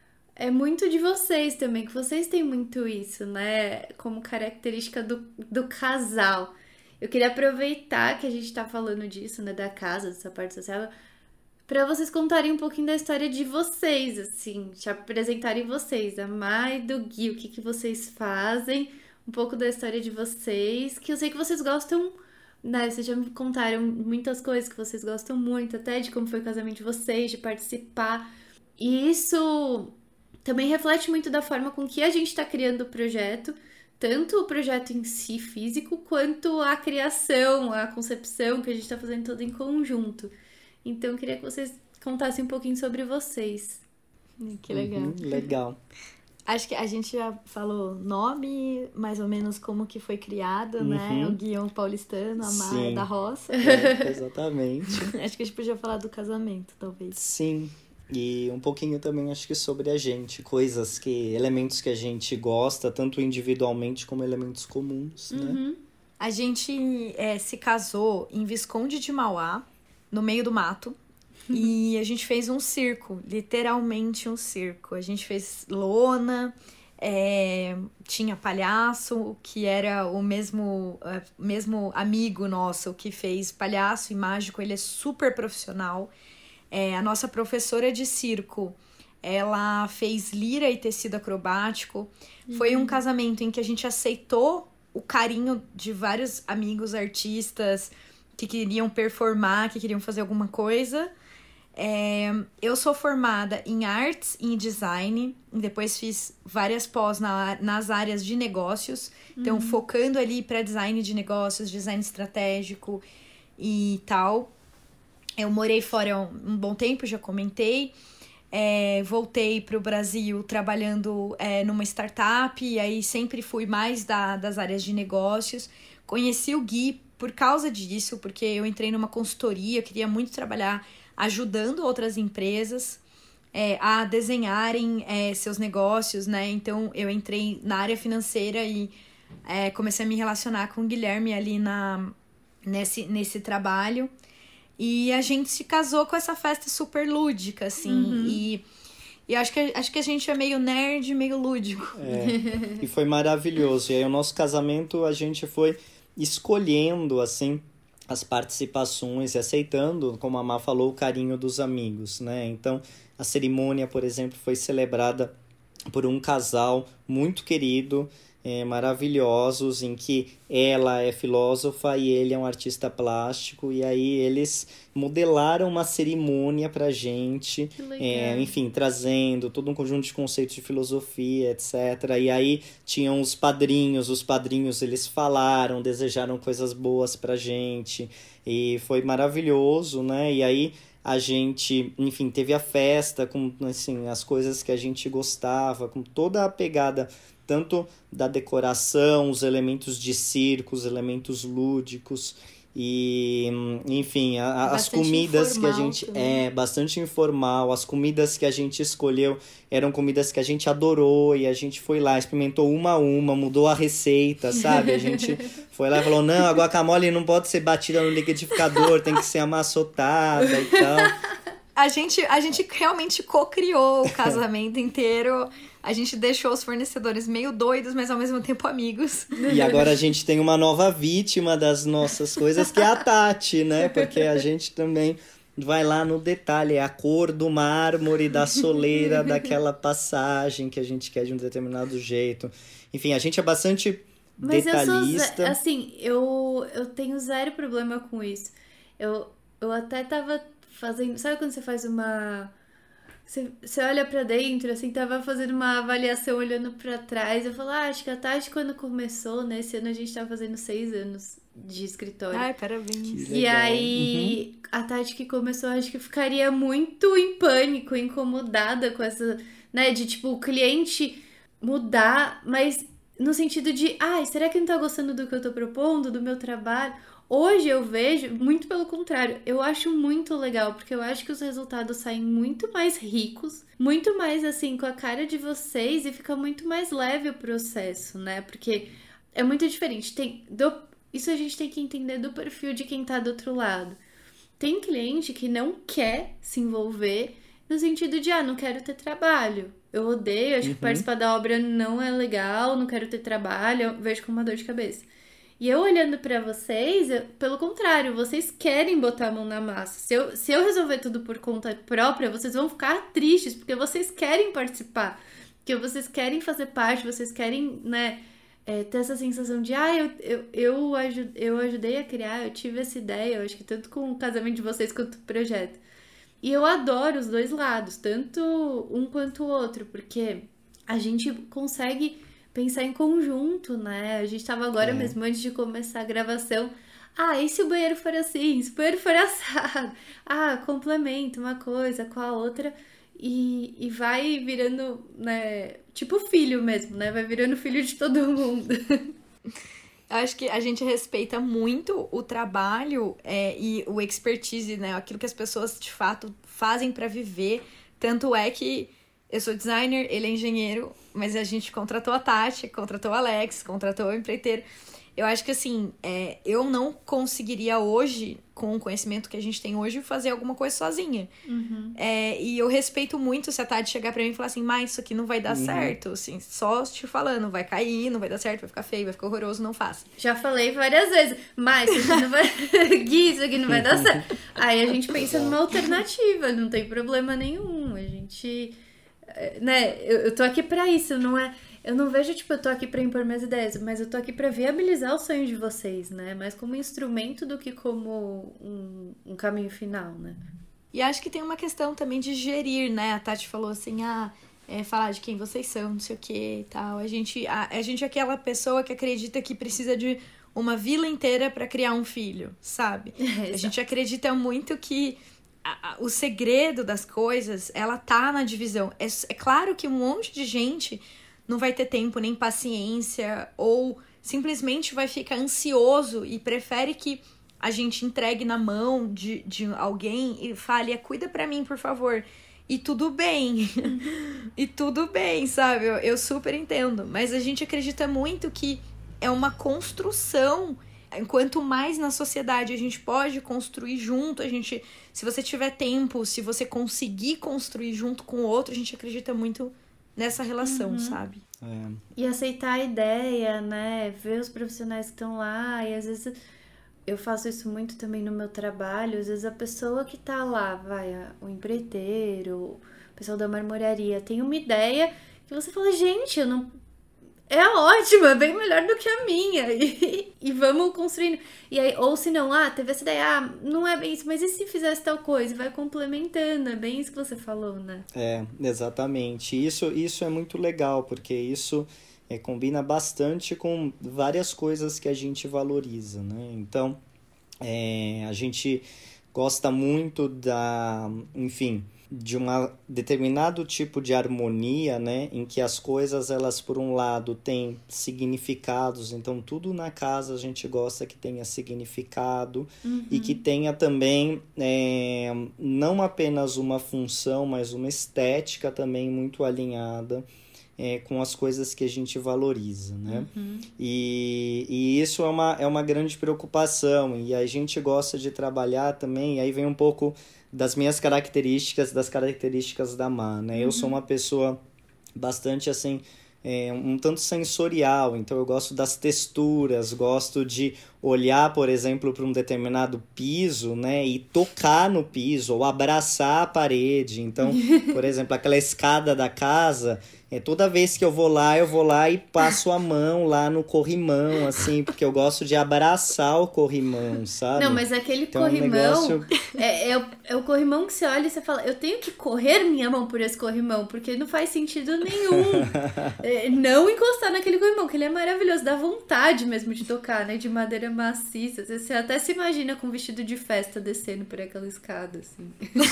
é muito de vocês também, que vocês têm muito isso, né? Como característica do, do casal. Eu queria aproveitar que a gente tá falando disso, né? Da casa, dessa parte social, pra vocês contarem um pouquinho da história de vocês, assim, te apresentarem vocês, a Mai e do Gui, o que, que vocês fazem, um pouco da história de vocês, que eu sei que vocês gostam, né? Vocês já me contaram muitas coisas que vocês gostam muito, até de como foi o casamento de vocês, de participar. E isso também reflete muito da forma com que a gente tá criando o projeto, tanto o projeto em si físico, quanto a criação, a concepção que a gente tá fazendo tudo em conjunto. Então, eu queria que vocês contassem um pouquinho sobre vocês. Que legal. Uhum, legal. Acho que a gente já falou nome, mais ou menos como que foi criado, né? Uhum. O Guion paulistano, a Mar Sim. da roça. É, exatamente. Acho que a gente podia falar do casamento, talvez. Sim. E um pouquinho também, acho que sobre a gente. Coisas que... Elementos que a gente gosta, tanto individualmente como elementos comuns, né? Uhum. A gente é, se casou em Visconde de Mauá, no meio do mato. E a gente fez um circo, literalmente um circo. A gente fez lona, é, tinha palhaço, que era o mesmo, é, mesmo amigo nosso que fez palhaço e mágico. Ele é super profissional. É, a nossa professora de circo, ela fez lira e tecido acrobático. Uhum. Foi um casamento em que a gente aceitou o carinho de vários amigos artistas que queriam performar, que queriam fazer alguma coisa. É, eu sou formada em artes e em design, e depois fiz várias pós na, nas áreas de negócios, então uhum. focando ali para design de negócios, design estratégico e tal. Eu morei fora um, um bom tempo, já comentei. É, voltei para o Brasil trabalhando é, numa startup, e aí sempre fui mais da, das áreas de negócios. Conheci o Gui por causa disso, porque eu entrei numa consultoria, queria muito trabalhar ajudando outras empresas é, a desenharem é, seus negócios, né? Então, eu entrei na área financeira e é, comecei a me relacionar com o Guilherme ali na, nesse, nesse trabalho. E a gente se casou com essa festa super lúdica, assim. Uhum. E, e acho, que, acho que a gente é meio nerd, meio lúdico. É, e foi maravilhoso. E aí, o nosso casamento, a gente foi escolhendo, assim, as participações e aceitando, como a Má falou, o carinho dos amigos, né? Então, a cerimônia, por exemplo, foi celebrada por um casal muito querido, é, maravilhosos, em que ela é filósofa e ele é um artista plástico, e aí eles modelaram uma cerimônia pra gente, é, enfim, trazendo todo um conjunto de conceitos de filosofia, etcétera. E aí tinham os padrinhos, os padrinhos eles falaram, desejaram coisas boas pra gente, e foi maravilhoso, né? E aí a gente, enfim, teve a festa com, assim, as coisas que a gente gostava, com toda a pegada tanto da decoração, os elementos de circo, os elementos lúdicos e, enfim, a, as comidas que a gente... Também. É, bastante informal. As comidas que a gente escolheu eram comidas que a gente adorou e a gente foi lá, experimentou uma a uma, mudou a receita, sabe? A gente foi lá e falou, não, a guacamole não pode ser batida no liquidificador, tem que ser amassotada e tal. A gente, a gente realmente co-criou o casamento inteiro. A gente deixou os fornecedores meio doidos, mas ao mesmo tempo amigos. E agora a gente tem uma nova vítima das nossas coisas, que é a Tati, né? Porque a gente também vai lá no detalhe, é a cor do mármore, da soleira, daquela passagem que a gente quer de um determinado jeito. Enfim, a gente é bastante Mas detalhista. eu sou, assim, eu, eu tenho zero problema com isso. Eu, eu até tava fazendo... Sabe quando você faz uma... Você, você olha pra dentro, assim, tava fazendo uma avaliação olhando pra trás. Eu falo, ah, acho que a Tati, quando começou, né? Esse ano a gente tava fazendo seis anos de escritório. Ai, parabéns. E aí, uhum. a Tati que começou, acho que ficaria muito em pânico, incomodada com essa, né? De, tipo, o cliente mudar, mas no sentido de, ai, será que não tá gostando do que eu tô propondo, do meu trabalho? Hoje eu vejo, muito pelo contrário, eu acho muito legal, porque eu acho que os resultados saem muito mais ricos, muito mais, assim, com a cara de vocês e fica muito mais leve o processo, né? Porque é muito diferente. Tem... Do... Isso a gente tem que entender do perfil de quem tá do outro lado. Tem cliente que não quer se envolver no sentido de, ah, não quero ter trabalho. Eu odeio, acho uhum. que participar da obra não é legal, não quero ter trabalho, eu vejo como uma dor de cabeça. E eu olhando pra vocês, eu, pelo contrário, vocês querem botar a mão na massa. Se eu, se eu resolver tudo por conta própria, vocês vão ficar tristes, porque vocês querem participar, porque vocês querem fazer parte, vocês querem, né, é, ter essa sensação de, ah, eu, eu, eu, ajud, eu ajudei a criar, eu tive essa ideia, eu acho que tanto com o casamento de vocês quanto o projeto. E eu adoro os dois lados, tanto um quanto o outro, porque a gente consegue pensar em conjunto, né? A gente tava agora é. mesmo, antes de começar a gravação, ah, e se o banheiro for assim? Se o banheiro for assado? Ah, complementa uma coisa com a outra e, e vai virando, né? Tipo filho mesmo, né? Vai virando filho de todo mundo. Eu acho que a gente respeita muito o trabalho é, e o expertise, né? Aquilo que as pessoas, de fato, fazem para viver. Tanto é que eu sou designer, ele é engenheiro, mas a gente contratou a Tati, contratou o Alex, contratou o empreiteiro. Eu acho que, assim, é, eu não conseguiria hoje, com o conhecimento que a gente tem hoje, fazer alguma coisa sozinha. Uhum. É, e eu respeito muito se a Tati chegar pra mim e falar assim, mas isso aqui não vai dar uhum. certo, assim, só te falando, vai cair, não vai dar certo, vai ficar feio, vai ficar horroroso, não faça. Já falei várias vezes, mas isso aqui não vai, Gui, isso aqui não vai dar certo. Aí a gente pensa numa alternativa, não tem problema nenhum, a gente... Né, eu, eu tô aqui pra isso, não é... Eu não vejo, tipo, eu tô aqui pra impor minhas ideias, mas eu tô aqui pra viabilizar o sonho de vocês, né? Mais como instrumento do que como um, um caminho final, né? E acho que tem uma questão também de gerir, né? A Tati falou assim, ah, é, falar de quem vocês são, não sei o que e tal. A gente, a, a gente é aquela pessoa que acredita que precisa de uma vila inteira pra criar um filho, sabe? É, a gente acredita muito que a, a, o segredo das coisas, ela tá na divisão. É, é claro que um monte de gente não vai ter tempo nem paciência ou simplesmente vai ficar ansioso e prefere que a gente entregue na mão de, de alguém e fale, cuida pra mim, por favor. E tudo bem. E tudo bem, sabe? Eu, eu super entendo. Mas a gente acredita muito que é uma construção. Quanto mais na sociedade a gente pode construir junto, a gente, se você tiver tempo, se você conseguir construir junto com o outro, a gente acredita muito nessa relação, uhum. sabe? É. E aceitar a ideia, né? Ver os profissionais que estão lá. E às vezes eu faço isso muito também no meu trabalho. Às vezes a pessoa que tá lá, vai, o empreiteiro, o pessoal da marmoraria, tem uma ideia que você fala, gente, eu não... É ótima, é bem melhor do que a minha. E, e vamos construindo. E aí, ou se não, ah, teve essa ideia, ah, não é bem isso, mas e se fizesse tal coisa? Vai complementando, é bem isso que você falou, né? É, exatamente. Isso, isso é muito legal, porque isso é, combina bastante com várias coisas que a gente valoriza, né? Então, é, a gente gosta muito da, enfim... de um determinado tipo de harmonia, né, em que as coisas, elas por um lado têm significados, então tudo na casa a gente gosta que tenha significado uhum. e que tenha também é, não apenas uma função, mas uma estética também muito alinhada é, com as coisas que a gente valoriza, né? Uhum. E, e isso é uma, é uma grande preocupação, e a gente gosta de trabalhar também, e aí vem um pouco das minhas características, das características da Má, né? Uhum. Eu sou uma pessoa bastante, assim, é, um tanto sensorial, então eu gosto das texturas, gosto de olhar, por exemplo, para um determinado piso, né, e tocar no piso, ou abraçar a parede. Então, por exemplo, aquela escada da casa, é, toda vez que eu vou lá, eu vou lá e passo a mão lá no corrimão, assim, porque eu gosto de abraçar o corrimão, sabe? Não, mas aquele então, corrimão, um negócio... é, é, o, é o corrimão que você olha e você fala, eu tenho que correr minha mão por esse corrimão, porque não faz sentido nenhum é, não encostar naquele corrimão, que ele é maravilhoso, dá vontade mesmo de tocar, né, de madeira maciça, você até se imagina com um vestido de festa descendo por aquela escada, assim.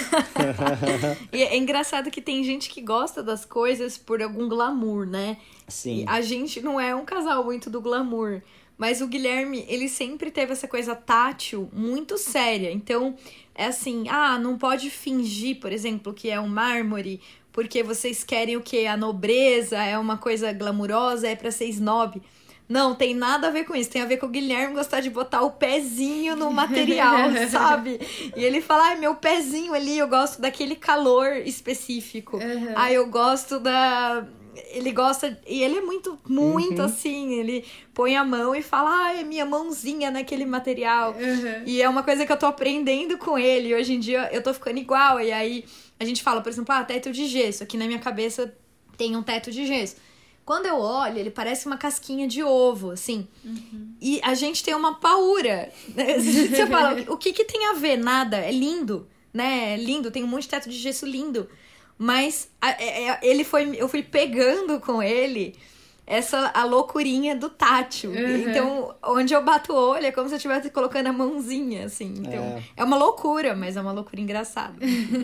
E é engraçado que tem gente que gosta das coisas por algum glamour, né? Sim. E a gente não é um casal muito do glamour, mas o Guilherme, ele sempre teve essa coisa tátil muito séria. Então, é assim, ah, não pode fingir, por exemplo, que é um mármore, porque vocês querem o quê? A nobreza, é uma coisa glamurosa, é pra ser snob. Não, tem nada a ver com isso. Tem a ver com o Guilherme gostar de botar o pezinho no material, sabe? E ele fala, ai, meu pezinho ali, eu gosto daquele calor específico. Uhum. Ai, eu gosto da... Ele gosta... E ele é muito, muito uhum. assim. Ele põe a mão e fala, ai, minha mãozinha naquele material. Uhum. E é uma coisa que eu tô aprendendo com ele. Hoje em dia eu tô ficando igual. E aí a gente fala, por exemplo, ah, teto de gesso. Aqui na minha cabeça tem um teto de gesso. Quando eu olho, ele parece uma casquinha de ovo, assim. Uhum. E a gente tem uma paura. Você fala, o que que tem a ver? Nada. É lindo, né? É lindo. Tem um monte de teto de gesso lindo. Mas a, a, ele foi, eu fui pegando com ele essa a loucurinha do tátil. Uhum. Então, onde eu bato o olho, é como se eu estivesse colocando a mãozinha, assim. Então, é, é uma loucura, mas é uma loucura engraçada.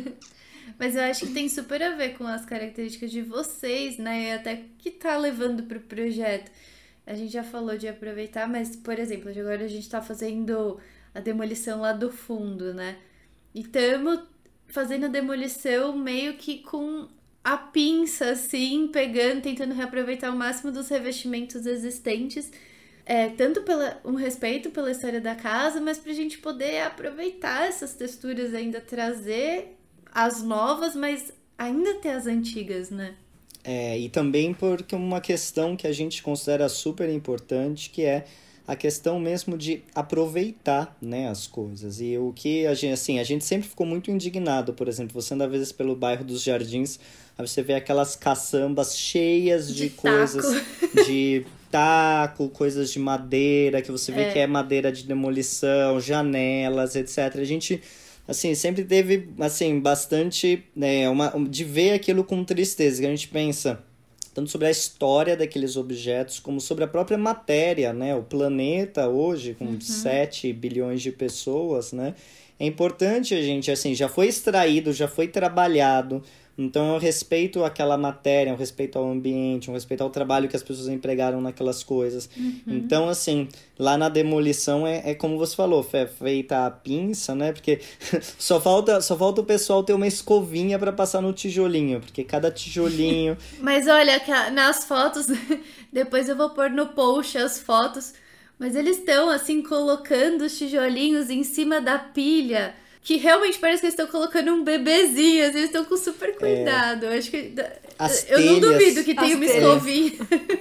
Mas eu acho que tem super a ver com as características de vocês, né? E até que tá levando pro projeto. A gente já falou de aproveitar, mas, por exemplo, agora a gente tá fazendo a demolição lá do fundo, né? E estamos fazendo a demolição meio que com a pinça, assim, pegando, tentando reaproveitar o máximo dos revestimentos existentes. É, tanto pela, um respeito pela história da casa, mas pra gente poder aproveitar essas texturas ainda, trazer as novas, mas ainda ter as antigas, né? É, e também porque uma questão que a gente considera super importante, que é a questão mesmo de aproveitar, né, as coisas. E o que a gente, assim, a gente sempre ficou muito indignado, por exemplo, você anda às vezes pelo bairro dos Jardins, aí você vê aquelas caçambas cheias de, de coisas, de taco, coisas de madeira, que você vê é. que é madeira de demolição, janelas, etcétera. A gente... assim, sempre teve, assim, bastante, né, uma, de ver aquilo com tristeza, que a gente pensa tanto sobre a história daqueles objetos, como sobre a própria matéria, né, o planeta hoje, com uhum. sete bilhões de pessoas, né, é importante a gente, assim, já foi extraído, já foi trabalhado, então eu respeito aquela matéria, eu respeito ao ambiente, eu respeito ao trabalho que as pessoas empregaram naquelas coisas. Uhum. Então, assim, lá na demolição é, é como você falou, é feita a pinça, né? Porque só falta, só falta o pessoal ter uma escovinha para passar no tijolinho, porque cada tijolinho... Mas olha, nas fotos, depois eu vou pôr no post as fotos, mas eles estão, assim, colocando os tijolinhos em cima da pilha... que realmente parece que eles estão colocando um bebezinho, eles estão com super cuidado. É. Eu acho que... As eu telhas, não duvido que tenha uma telhas. escovinha.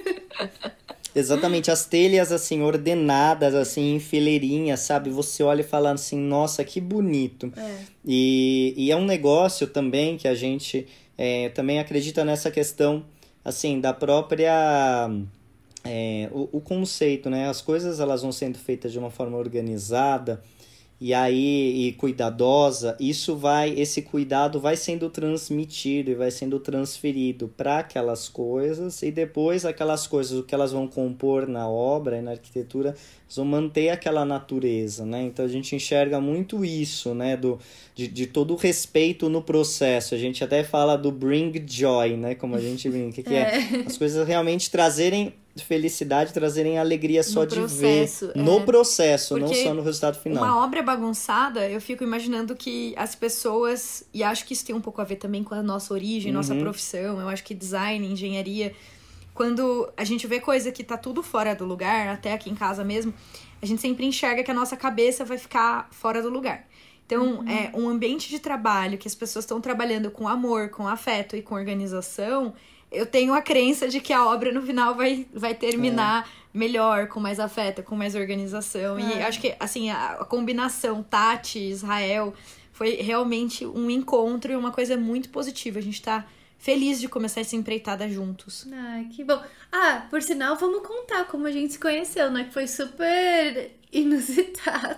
Exatamente, as telhas, assim, ordenadas, assim, em fileirinha, sabe? Você olha e fala assim, nossa, que bonito. É. E, e é um negócio também que a gente é, também acredita nessa questão, assim, da própria... É, o, o conceito, né? As coisas, elas vão sendo feitas de uma forma organizada, e aí, e cuidadosa, isso vai, esse cuidado vai sendo transmitido e vai sendo transferido para aquelas coisas, e depois aquelas coisas, o que elas vão compor na obra e na arquitetura, vão manter aquela natureza, né? Então a gente enxerga muito isso, né? Do, de, de todo o respeito no processo. A gente até fala do bring joy, né? Como a gente brinca, que é, é as coisas realmente trazerem felicidade, trazerem alegria só no de processo, ver é. no processo, Porque não só no resultado final. Uma obra bagunçada, eu fico imaginando que as pessoas, e acho que isso tem um pouco a ver também com a nossa origem, uhum. nossa profissão, eu acho que design, engenharia, quando a gente vê coisa que tá tudo fora do lugar, até aqui em casa mesmo, a gente sempre enxerga que a nossa cabeça vai ficar fora do lugar. Então, uhum. é um ambiente de trabalho que as pessoas estão trabalhando com amor, com afeto e com organização, eu tenho a crença de que a obra no final vai, vai terminar é. melhor, com mais afeto, com mais organização. É. E acho que, assim, a, a combinação Tati, Israel, foi realmente um encontro e uma coisa muito positiva. A gente tá feliz de começar essa empreitada juntos. Ah, que bom. Ah, por sinal, vamos contar como a gente se conheceu, né? Que foi super inusitado.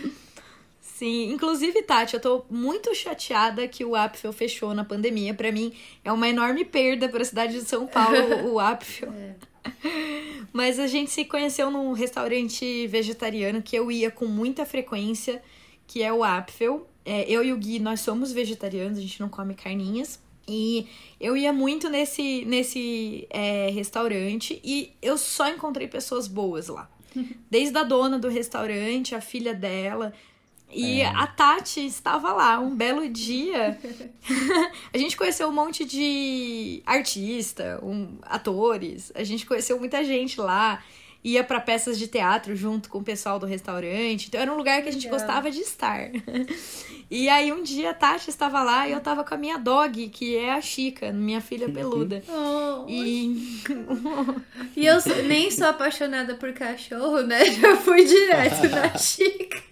Sim, inclusive, Tati, eu tô muito chateada que o Apfel fechou na pandemia. Pra mim, é uma enorme perda para a cidade de São Paulo, o Apfel. É. Mas a gente se conheceu num restaurante vegetariano que eu ia com muita frequência, que é o Apfel. É, eu e o Gui, nós somos vegetarianos, a gente não come carninhas. E eu ia muito nesse, nesse é, restaurante e eu só encontrei pessoas boas lá. Desde a dona do restaurante, a filha dela... E é. a Tati estava lá, um belo dia. A gente conheceu um monte de artista, um, atores. A gente conheceu muita gente lá. Ia para peças de teatro junto com o pessoal do restaurante. Então era um lugar que a gente Legal. gostava de estar. E aí um dia a Tati estava lá e eu tava com a minha dog, que é a Chica, minha filha peluda. Oh, e... e eu nem sou apaixonada por cachorro, né? Já fui direto na Chica.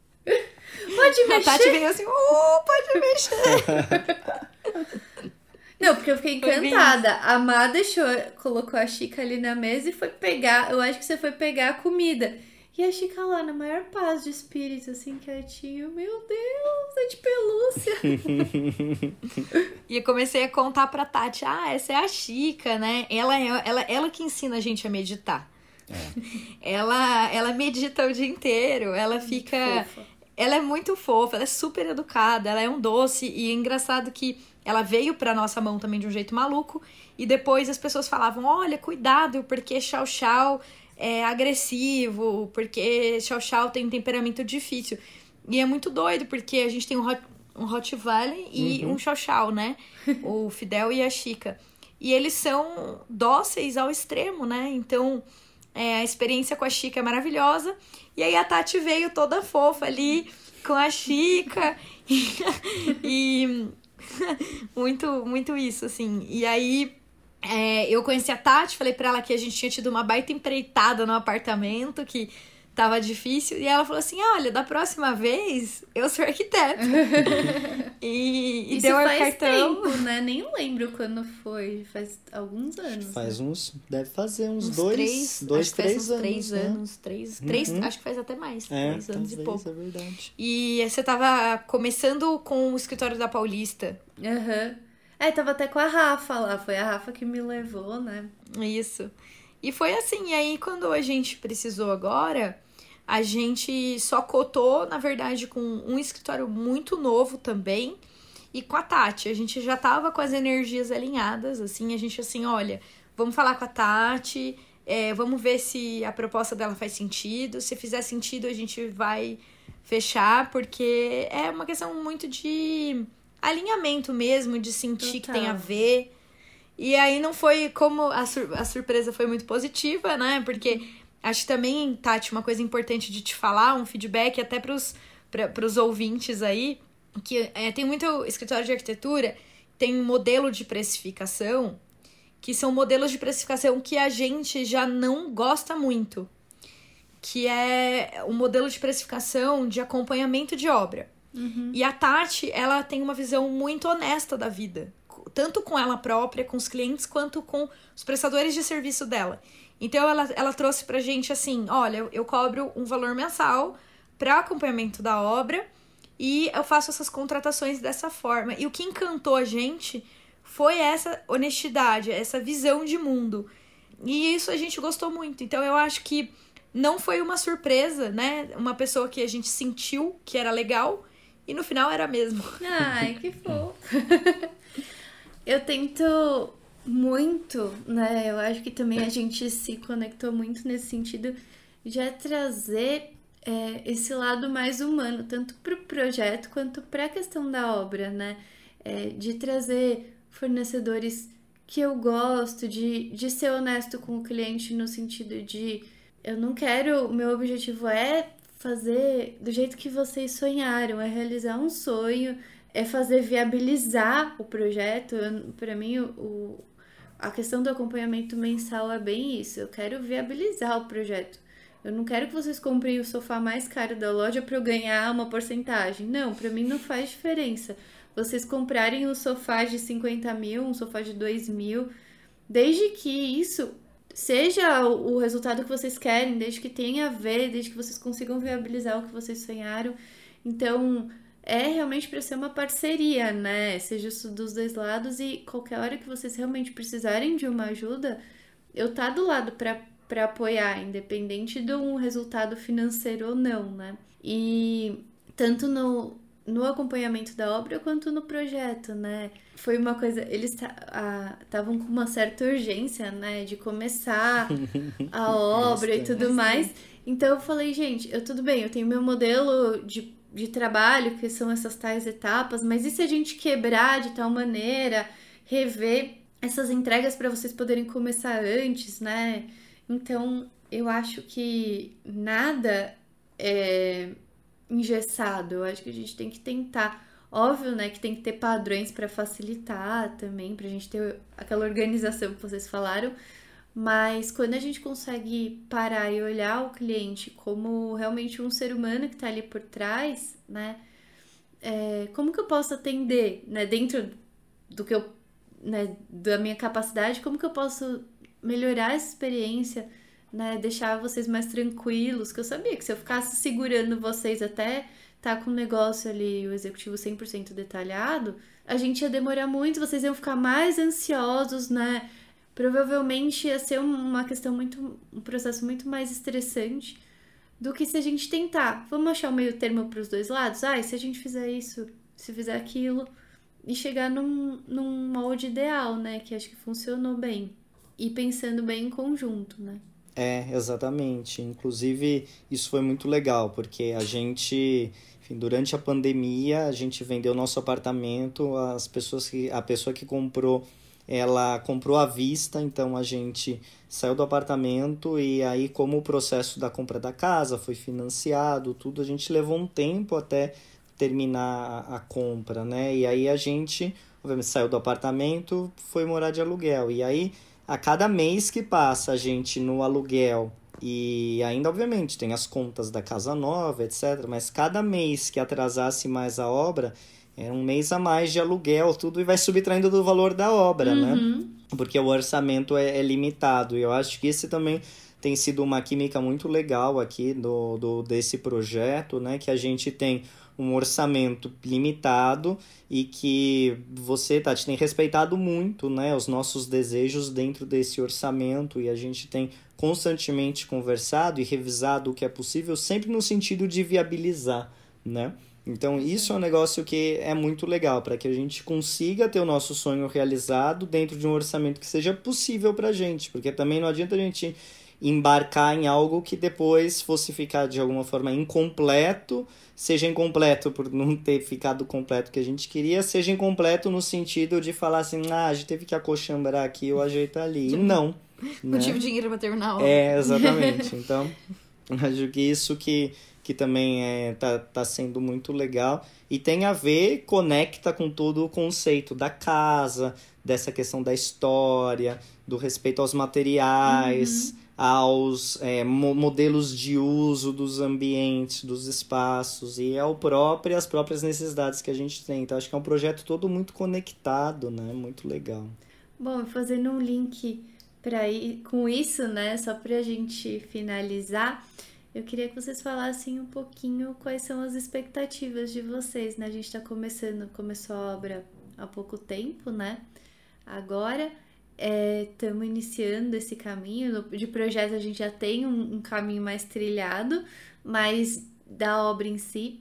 Pode mexer. A Tati veio assim, uh, pode mexer. Não, porque eu fiquei encantada. A Má deixou, colocou a Chica ali na mesa e foi pegar, eu acho que você foi pegar a comida. E a Chica lá, na maior paz de espírito, assim, quietinho. Meu Deus, é de pelúcia. E eu comecei a contar pra Tati, ah, essa é a Chica, né? Ela, ela, ela que ensina a gente a meditar. É. Ela, ela medita o dia inteiro, ela fica... Fofa. Ela é muito fofa, ela é super educada, ela é um doce. E é engraçado que ela veio pra nossa mão também de um jeito maluco. E depois as pessoas falavam, olha, cuidado, porque Chow Chow é agressivo, porque Chow Chow tem um temperamento difícil. E é muito doido, porque a gente tem um, Hot, um Rottweiler e uhum. um Chow Chow, né? O Fidel e a Chica. E eles são dóceis ao extremo, né? Então... É, a experiência com a Chica é maravilhosa. E aí a Tati veio toda fofa ali com a Chica. E, e muito, muito isso, assim. E aí é, eu conheci a Tati, falei pra ela que a gente tinha tido uma baita empreitada no apartamento, que tava difícil. E ela falou assim, olha, da próxima vez eu sou arquiteta. e, e Isso deu faz cartão. tempo, né? Nem lembro quando foi. Faz alguns anos. Faz né? uns... Deve fazer uns, uns dois, três, dois acho três faz uns anos. Três né? anos. Três, uhum. três, acho que faz até mais. É, três anos e pouco. É verdade. E você tava começando com o escritório da Paulista. Aham. Uhum. É, tava até com a Rafa lá. Foi a Rafa que me levou, né? Isso. E foi assim. E aí, quando a gente precisou agora... A gente só cotou, na verdade, com um escritório muito novo também e com a Tati. A gente já tava com as energias alinhadas, assim, a gente assim, olha, vamos falar com a Tati, é, vamos ver se a proposta dela faz sentido. Se fizer sentido, a gente vai fechar, porque é uma questão muito de alinhamento mesmo, de sentir Total. que tem a ver. E aí não foi como a, sur- a surpresa foi muito positiva, né? Porque... Acho que também, Tati, uma coisa importante de te falar, um feedback até pros, pra, pros ouvintes aí, que é, tem muito escritório de arquitetura, tem um modelo de precificação, que são modelos de precificação que a gente já não gosta muito, que é o um modelo de precificação de acompanhamento de obra. Uhum. E a Tati, ela tem uma visão muito honesta da vida, tanto com ela própria, com os clientes, quanto com os prestadores de serviço dela. Então, ela, ela trouxe pra gente assim, olha, eu, eu cobro um valor mensal para acompanhamento da obra e eu faço essas contratações dessa forma. E o que encantou a gente foi essa honestidade, essa visão de mundo. E isso a gente gostou muito. Então, eu acho que não foi uma surpresa, né? Uma pessoa que a gente sentiu que era legal e no final era mesmo. Ai, que fofo. Eu tento... Muito, né? Eu acho que também a gente se conectou muito nesse sentido de é trazer é, esse lado mais humano, tanto para o projeto quanto para a questão da obra, né? É, de trazer fornecedores que eu gosto, de, de ser honesto com o cliente no sentido de eu não quero, o meu objetivo é fazer do jeito que vocês sonharam, é realizar um sonho, é fazer viabilizar o projeto. Para mim, o a questão do acompanhamento mensal é bem isso. Eu quero viabilizar o projeto. Eu não quero que vocês comprem o sofá mais caro da loja para eu ganhar uma porcentagem. Não, para mim não faz diferença. Vocês comprarem um sofá de cinquenta mil, um sofá de dois mil, desde que isso seja o resultado que vocês querem, desde que tenha a ver, desde que vocês consigam viabilizar o que vocês sonharam. Então, é realmente para ser uma parceria, né? Seja isso dos dois lados, e qualquer hora que vocês realmente precisarem de uma ajuda, eu tá do lado para para apoiar, independente de um resultado financeiro ou não, né? E tanto no, no acompanhamento da obra quanto no projeto, né? Foi uma coisa, eles estavam com uma certa urgência, né, de começar a obra e tudo mais. Então eu falei, gente, eu tudo bem, eu tenho meu modelo de, de trabalho, que são essas tais etapas, mas e se a gente quebrar de tal maneira, rever essas entregas para vocês poderem começar antes, né? Então, eu acho que nada é engessado. Eu acho que a gente tem que tentar. Óbvio, né, que tem que ter padrões para facilitar também, pra gente ter aquela organização que vocês falaram. Mas quando a gente consegue parar e olhar o cliente como realmente um ser humano que tá ali por trás, né? É, como que eu posso atender, né, dentro do que eu, né, da minha capacidade, como que eu posso melhorar essa experiência, né, deixar vocês mais tranquilos, que eu sabia que se eu ficasse segurando vocês até tá com o negócio ali, o executivo cem por cento detalhado, a gente ia demorar muito, vocês iam ficar mais ansiosos, né, provavelmente ia ser uma questão muito, um processo muito mais estressante do que se a gente tentar, vamos achar um meio termo para os dois lados, ah, e se a gente fizer isso, se fizer aquilo, e chegar num, num molde ideal, né, que acho que funcionou bem. E pensando bem em conjunto, né? É, exatamente. Inclusive, isso foi muito legal, porque a gente, enfim, durante a pandemia, a gente vendeu nosso apartamento, as pessoas que, a pessoa que comprou, ela comprou à vista, então a gente saiu do apartamento e aí, como o processo da compra da casa foi financiado, tudo, a gente levou um tempo até terminar a, a compra, né? E aí a gente, obviamente, saiu do apartamento, foi morar de aluguel. E aí, a cada mês que passa a gente no aluguel, e ainda, obviamente, tem as contas da casa nova, etcétera, mas cada mês que atrasasse mais a obra, é um mês a mais de aluguel, tudo, e vai subtraindo do valor da obra, uhum. né? Porque o orçamento é, é limitado. E eu acho que esse também tem sido uma química muito legal aqui do, do, desse projeto, né? Que a gente tem um orçamento limitado e que você, Tati, tem respeitado muito, né, os nossos desejos dentro desse orçamento, e a gente tem constantemente conversado e revisado o que é possível, sempre no sentido de viabilizar, né? Então, isso é um negócio que é muito legal, para que a gente consiga ter o nosso sonho realizado dentro de um orçamento que seja possível para a gente, porque também não adianta a gente embarcar em algo que depois fosse ficar de alguma forma incompleto, seja incompleto por não ter ficado completo que a gente queria, seja incompleto no sentido de falar assim, ah, a gente teve que acolchambrar aqui ou ajeitar ali. E não. Não tive dinheiro para terminar a obra. É, exatamente. Então, acho que isso que, que também é, tá, tá sendo muito legal. E tem a ver, conecta com todo o conceito da casa, dessa questão da história, do respeito aos materiais, uhum. aos é, mo- modelos de uso dos ambientes, dos espaços, e é o próprio, as próprias necessidades que a gente tem. Então, acho que é um projeto todo muito conectado, né? Muito legal. Bom, fazendo um link pra ir, com isso, né? Só pra gente finalizar, eu queria que vocês falassem um pouquinho quais são as expectativas de vocês, né? A gente tá começando, começou a obra há pouco tempo, né? Agora, estamos é, iniciando esse caminho. De projeto a gente já tem um, um caminho mais trilhado, mas da obra em si.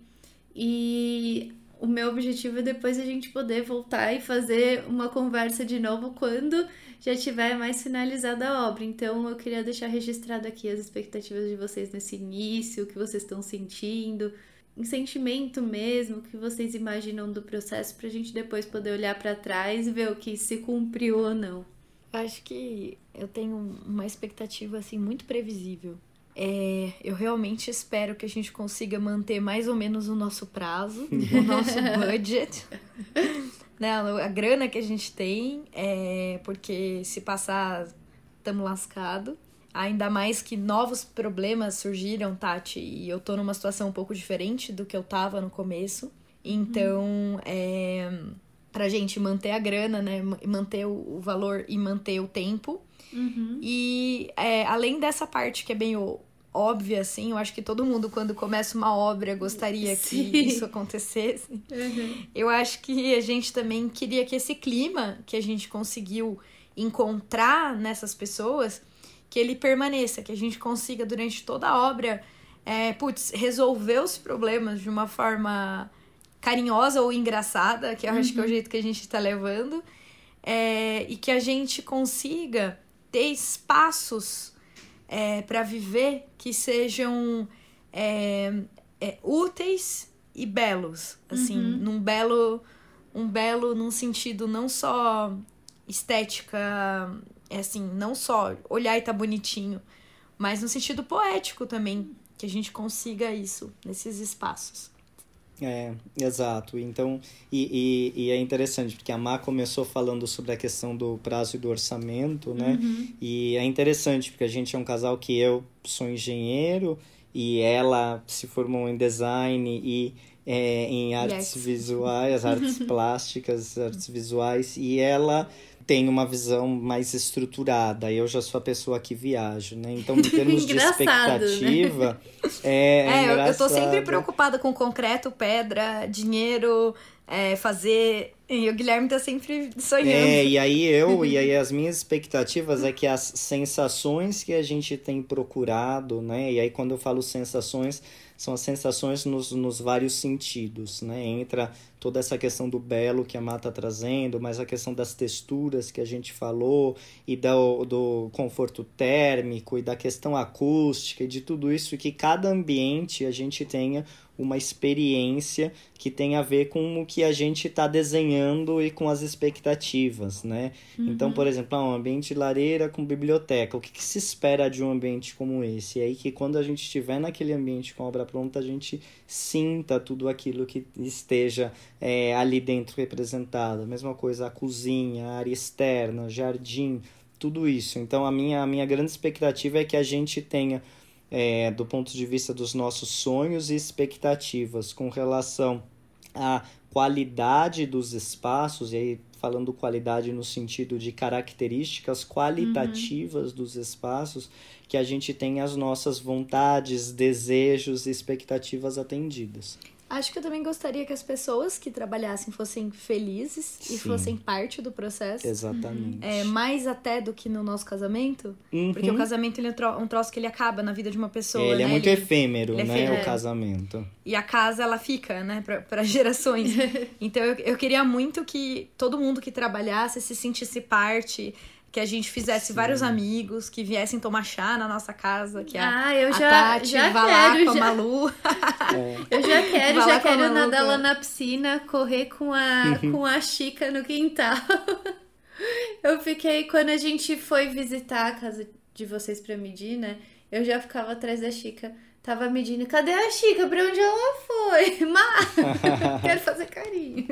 E o meu objetivo é depois a gente poder voltar e fazer uma conversa de novo quando já tiver mais finalizada a obra. Então, eu queria deixar registrado aqui as expectativas de vocês nesse início, o que vocês estão sentindo, um sentimento mesmo, o que vocês imaginam do processo, pra gente depois poder olhar pra trás e ver o que se cumpriu ou não. Acho que eu tenho uma expectativa, assim, muito previsível. É, eu realmente espero que a gente consiga manter mais ou menos o nosso prazo, o nosso budget, né, a grana que a gente tem, é, porque se passar, estamos lascados. Ainda mais que novos problemas surgiram, Tati, e eu tô numa situação um pouco diferente do que eu tava no começo. Então, uhum. é, pra gente manter a grana, né, manter o valor e manter o tempo. Uhum. E é, além dessa parte que é bem óbvia, assim, eu acho que todo mundo, quando começa uma obra, gostaria Sim. que isso acontecesse. Uhum. Eu acho que a gente também queria que esse clima que a gente conseguiu encontrar nessas pessoas, que ele permaneça, que a gente consiga, durante toda a obra, é, putz, resolver os problemas de uma forma carinhosa ou engraçada, que eu uhum. acho que é o jeito que a gente tá levando, é, e que a gente consiga ter espaços é, para viver que sejam é, é, úteis e belos, assim, uhum. num belo, um belo num sentido não só estética, é assim, não só olhar e tá bonitinho, mas no sentido poético também, que a gente consiga isso nesses espaços. É, exato. Então, e, e, e é interessante, porque a Má começou falando sobre a questão do prazo e do orçamento, né? Uhum. E é interessante, porque a gente é um casal que eu sou engenheiro e ela se formou em design e é, em artes Yes. visuais, artes plásticas, artes visuais, e ela tem uma visão mais estruturada. Eu já sou a pessoa que viajo, né? Então, em termos de expectativa... Né? É, é, é eu tô sempre preocupada com concreto, pedra, dinheiro, é, fazer... E o Guilherme tá sempre sonhando. É, e aí eu, e aí as minhas expectativas é que as sensações que a gente tem procurado, né? E aí quando eu falo sensações, são as sensações nos, nos vários sentidos, né? Entra toda essa questão do belo que a Má tá trazendo, mas a questão das texturas que a gente falou, e do, do conforto térmico, e da questão acústica, e de tudo isso, que cada ambiente a gente tenha uma experiência que tem a ver com o que a gente está desenhando e com as expectativas, né? Uhum. Então, por exemplo, um ambiente de lareira com biblioteca. O que, que se espera de um ambiente como esse? E aí que quando a gente estiver naquele ambiente com a obra pronta, a gente sinta tudo aquilo que esteja é, ali dentro representado. A mesma coisa a cozinha, a área externa, jardim, tudo isso. Então, a minha, a minha grande expectativa é que a gente tenha É, do ponto de vista dos nossos sonhos e expectativas com relação à qualidade dos espaços, e aí falando qualidade no sentido de características qualitativas uhum. dos espaços, que a gente tenha as nossas vontades, desejos e expectativas atendidas. Acho que eu também gostaria que as pessoas que trabalhassem fossem felizes Sim. e fossem parte do processo. Exatamente. É, mais até do que no nosso casamento. Uhum. Porque o casamento ele é um troço que ele acaba na vida de uma pessoa, é, Ele né? é muito ele, efêmero, ele é né? efêmero. O casamento. E a casa, ela fica, né? Para gerações. Então, eu, eu queria muito que todo mundo que trabalhasse se sentisse parte... Que a gente fizesse Sim. vários amigos que viessem tomar chá na nossa casa. Que a, ah, eu a já, Tati já vá quero, lá com já. a Malu. É. Eu já quero, Vai já lá com a quero Malu, nadar com- lá na piscina, correr com a, com a Chica no quintal. Eu fiquei, quando a gente foi visitar a casa de vocês pra medir, né? Eu já ficava atrás da Chica. Tava medindo, cadê a Chica? Pra onde ela foi? Má, quero fazer carinho.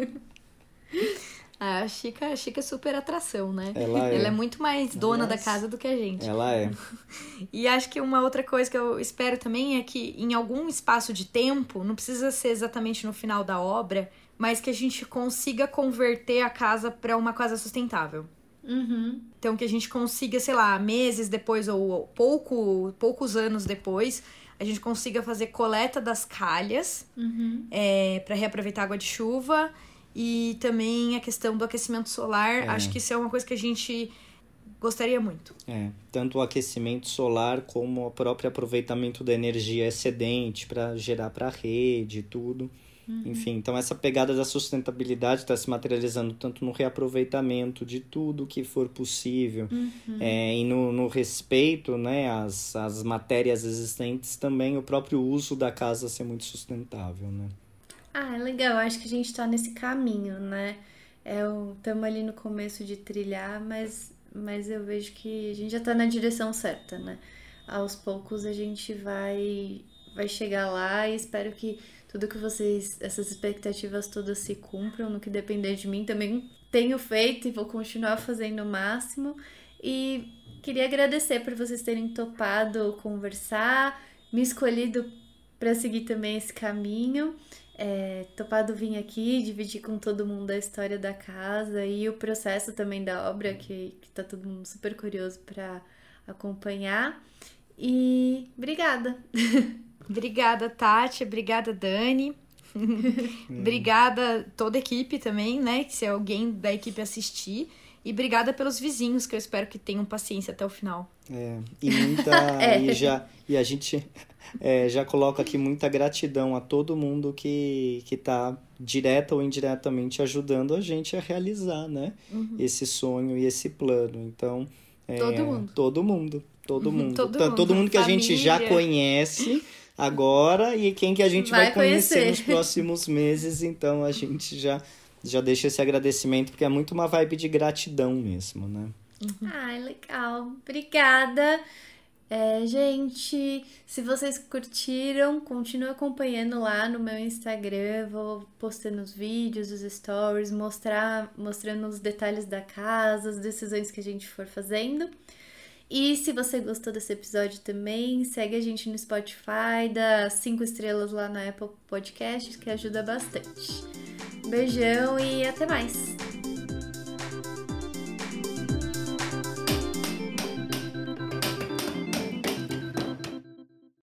A Chica, a Chica é super atração, né? Ela é. Ela é muito mais dona Aliás, da casa do que a gente. Ela é. E acho que uma outra coisa que eu espero também é que em algum espaço de tempo, não precisa ser exatamente no final da obra, mas que a gente consiga converter a casa para uma casa sustentável. Uhum. Então que a gente consiga, sei lá, meses depois ou pouco, poucos anos depois, a gente consiga fazer coleta das calhas Uhum. é, para reaproveitar água de chuva. E também a questão do aquecimento solar, É. acho que isso é uma coisa que a gente gostaria muito. É, tanto o aquecimento solar como o próprio aproveitamento da energia excedente para gerar para a rede e tudo. Uhum. Enfim, então essa pegada da sustentabilidade está se materializando tanto no reaproveitamento de tudo que for possível Uhum. é, e no, no respeito, né, às, às matérias existentes também, o próprio uso da casa ser muito sustentável, né? Ah, é legal. Acho que a gente tá nesse caminho, né? Estamos ali no começo de trilhar, mas, mas eu vejo que a gente já tá na direção certa, né? Aos poucos a gente vai, vai chegar lá e espero que tudo que vocês, essas expectativas todas se cumpram, no que depender de mim. Também tenho feito e vou continuar fazendo o máximo. E queria agradecer por vocês terem topado conversar, me escolhido para seguir também esse caminho. É, topado vir aqui, dividir com todo mundo a história da casa e o processo também da obra, que, que tá todo mundo super curioso para acompanhar. E obrigada! Obrigada, Tati. Obrigada, Dani. Obrigada toda a equipe também, né? Se alguém da equipe assistir. E obrigada pelos vizinhos, que eu espero que tenham paciência até o final. É, e muita. É. E, já, e a gente é, já coloca aqui muita gratidão a todo mundo que, que tá direta ou indiretamente ajudando a gente a realizar, né? Uhum. Esse sonho e esse plano. Então, é, Todo mundo. Todo mundo. Todo mundo. Todo Tá- mundo. todo mundo que a gente já Família. conhece agora e quem que a gente vai, Vai conhecer conhecer. nos próximos meses. Então, a gente já, já deixa esse agradecimento, porque é muito uma vibe de gratidão mesmo, né? Ai, legal. Obrigada. É, gente, se vocês curtiram, continue acompanhando lá no meu Instagram. Vou postando os vídeos, os stories, mostrar, mostrando os detalhes da casa, as decisões que a gente for fazendo. E se você gostou desse episódio também, segue a gente no Spotify, dá cinco estrelas lá na Apple Podcasts, que ajuda bastante. Beijão e até mais!